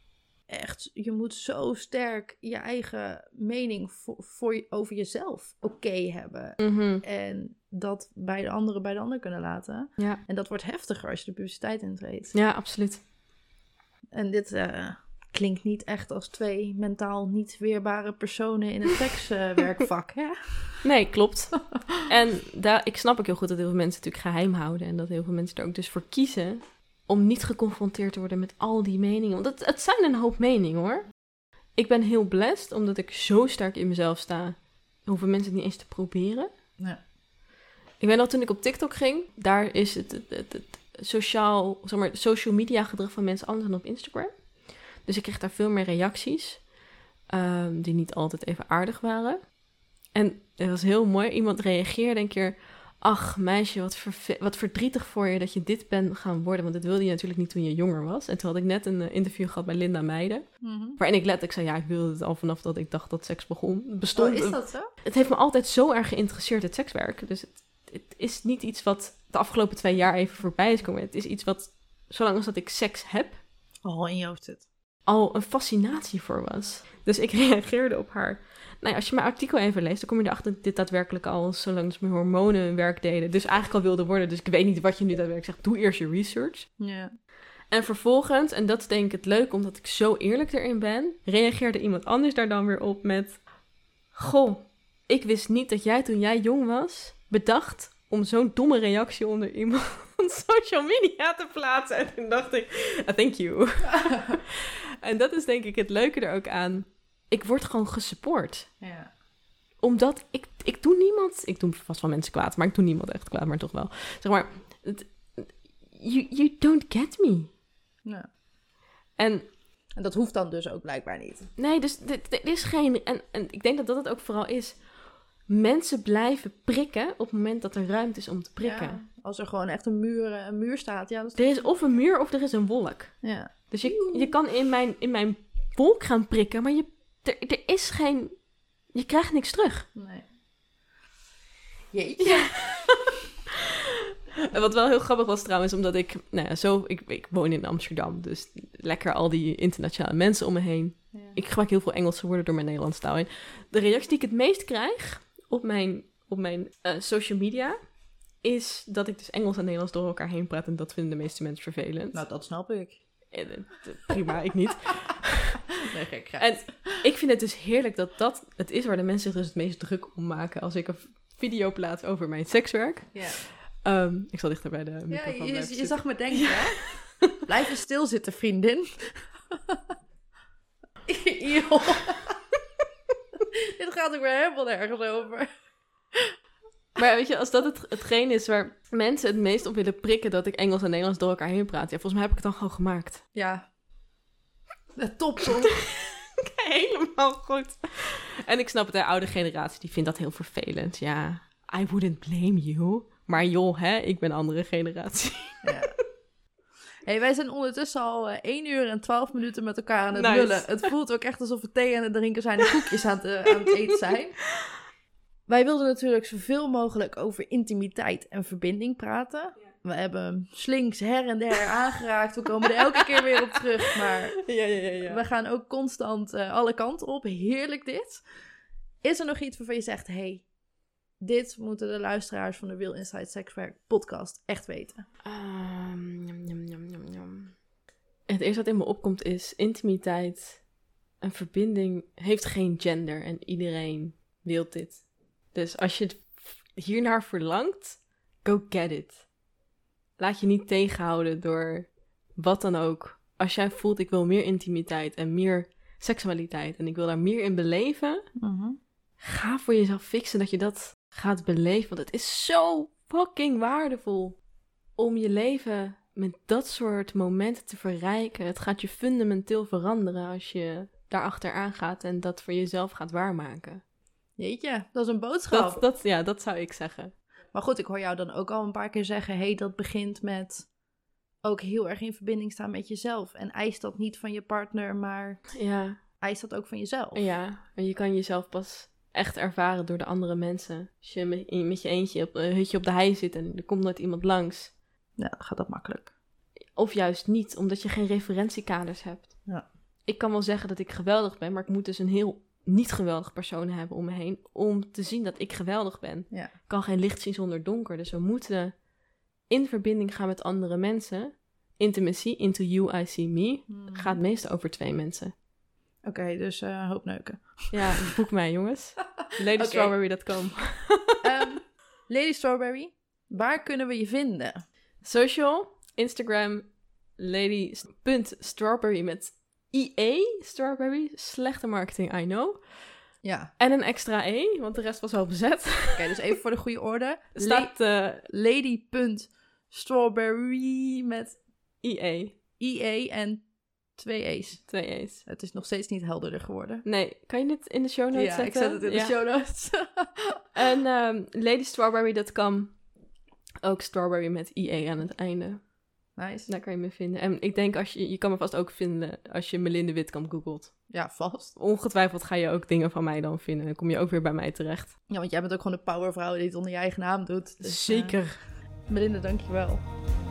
je moet zo sterk je eigen mening over jezelf oké hebben. Mm-hmm. En dat bij de ander kunnen laten. Ja. En dat wordt heftiger als je de publiciteit intreedt. Ja, absoluut. En dit klinkt niet echt als twee mentaal niet weerbare personen in het sekswerkvak, hè? Nee, klopt. En ik snap ook heel goed dat heel veel mensen het natuurlijk geheim houden. En dat heel veel mensen er ook dus voor kiezen om niet geconfronteerd te worden met al die meningen. Want het zijn een hoop meningen, hoor. Ik ben heel blessed, omdat ik zo sterk in mezelf sta. Hoeven mensen het niet eens te proberen. Ja. Ik weet nog, toen ik op TikTok ging, daar is het social media gedrag van mensen anders dan op Instagram. Dus ik kreeg daar veel meer reacties, die niet altijd even aardig waren. En het was heel mooi. Iemand reageerde een keer, ach meisje, wat verdrietig voor je dat je dit bent gaan worden. Want dit wilde je natuurlijk niet toen je jonger was. En toen had ik net een interview gehad bij Linda Meijden. Mm-hmm. Waarin ik letterlijk zei, ja, ik wilde het al vanaf dat ik dacht dat seks bestond. Oh, is dat zo? Het heeft me altijd zo erg geïnteresseerd, het sekswerk. Dus het is niet iets wat de afgelopen 2 jaar even voorbij is gekomen. Het is iets wat, zolang als dat ik seks heb, al in je hoofd zit. Al een fascinatie voor was. Dus ik reageerde op haar. Nou ja, als je mijn artikel even leest, dan kom je erachter dat dit daadwerkelijk al zolang als mijn hormonen hun werk deden. Dus eigenlijk al wilde worden. Dus ik weet niet wat je nu daadwerkelijk zegt. Doe eerst je research. Ja. En vervolgens, en dat is denk ik het leuk, omdat ik zo eerlijk erin ben, reageerde iemand anders daar dan weer op met: goh, ik wist niet dat jij toen jij jong was, bedacht om zo'n domme reactie onder iemand social media te plaatsen. En toen dacht ik, thank you. En dat is denk ik het leuke er ook aan. Ik word gewoon gesupport. Ja. Omdat ik doe niemand... Ik doe vast wel mensen kwaad, maar ik doe niemand echt kwaad, maar toch wel. Zeg maar, you don't get me. Ja. En dat hoeft dan dus ook blijkbaar niet. Nee, dus er is geen... En ik denk dat het ook vooral is. Mensen blijven prikken op het moment dat er ruimte is om te prikken. Ja, als er gewoon echt een muur staat. Ja, Er is of een muur of er is een wolk. Ja. Dus je kan in mijn wolk gaan prikken, maar er is geen... Je krijgt niks terug. Nee. Jeetje. Ja. En wat wel heel grappig was trouwens, omdat ik woon in Amsterdam, dus lekker al die internationale mensen om me heen. Ja. Ik gebruik heel veel Engelse woorden door mijn Nederlands taal heen. De reactie die ik het meest krijg op mijn social media is dat ik dus Engels en Nederlands door elkaar heen praat en dat vinden de meeste mensen vervelend. Nou, dat snap ik. Prima, ik niet. Nee, gek. En ik vind het dus heerlijk dat het is waar de mensen zich dus het meest druk om maken als ik een video plaats over mijn sekswerk. Ja. Ik zal dichter bij de microfoon blijven je zag me denken, hè? Blijf eens stilzitten, vriendin. Dit gaat ook weer helemaal nergens over. Maar weet je, als dat hetgeen is waar mensen het meest op willen prikken, dat ik Engels en Nederlands door elkaar heen praat, ja, volgens mij heb ik het dan gewoon gemaakt. Ja. Top, toch? Helemaal goed. En ik snap het, de oude generatie, die vindt dat heel vervelend. Ja, I wouldn't blame you. Maar joh, ik ben een andere generatie. Ja. Hey, wij zijn ondertussen al 1 uur en 12 minuten met elkaar aan het lullen. Het voelt ook echt alsof we thee aan het drinken zijn en koekjes aan het eten zijn. Wij wilden natuurlijk zoveel mogelijk over intimiteit en verbinding praten. Ja. We hebben slinks her en der aangeraakt. We komen er elke keer weer op terug. Maar ja. We gaan ook constant alle kanten op. Heerlijk dit. Is er nog iets waarvan je zegt, hey, dit moeten de luisteraars van de Real Inside Sexwerk podcast echt weten? Het eerste wat in me opkomt is intimiteit en verbinding heeft geen gender en iedereen wil dit. Dus als je hiernaar verlangt, go get it. Laat je niet tegenhouden door wat dan ook. Als jij voelt, ik wil meer intimiteit en meer seksualiteit en ik wil daar meer in beleven, ga voor jezelf fixen dat je dat gaat beleven. Want het is zo fucking waardevol om je leven met dat soort momenten te verrijken. Het gaat je fundamenteel veranderen als je daarachteraan gaat en dat voor jezelf gaat waarmaken. Jeetje, dat is een boodschap. Dat zou ik zeggen. Maar goed, ik hoor jou dan ook al een paar keer zeggen... hey, dat begint met ook heel erg in verbinding staan met jezelf. En eist dat niet van je partner, maar eist dat ook van jezelf. Ja, en je kan jezelf pas echt ervaren door de andere mensen. Als je met je eentje op een hutje op de hei zit en er komt nooit iemand langs. Ja, dan gaat dat makkelijk. Of juist niet, omdat je geen referentiekaders hebt. Ja. Ik kan wel zeggen dat ik geweldig ben, maar ik moet dus een heel niet geweldig persoon hebben om me heen... om te zien dat ik geweldig ben. Ja. Ik kan geen licht zien zonder donker, dus we moeten in verbinding gaan met andere mensen. Intimacy, into you, I see me, gaat meestal over 2 mensen. Oké, dus hoop neuken. Ja, boek mij jongens. LadyStrawberry.com. Lady Strawberry, waar kunnen we je vinden? Social, Instagram, lady.strawberry met IE, Strawberry. Slechte marketing, I know. Ja. En een extra E, want de rest was al bezet. Oké, dus even voor de goede orde. Staat lady.strawberry met IE. IE en 2 E's. 2 E's. Het is nog steeds niet helderder geworden. Nee, kan je dit in de show notes zetten? Ja, ik zet het in de show notes. En ladystrawberry.com. Ook strawberry met IE aan het einde. Nice. Daar kan je me vinden. En ik denk, je kan me vast ook vinden als je Melinda Witkamp googelt. Ja, vast. Ongetwijfeld ga je ook dingen van mij dan vinden. Dan kom je ook weer bij mij terecht. Ja, want jij bent ook gewoon een powervrouw die het onder je eigen naam doet. Dus, Zeker. Melinda, dankjewel.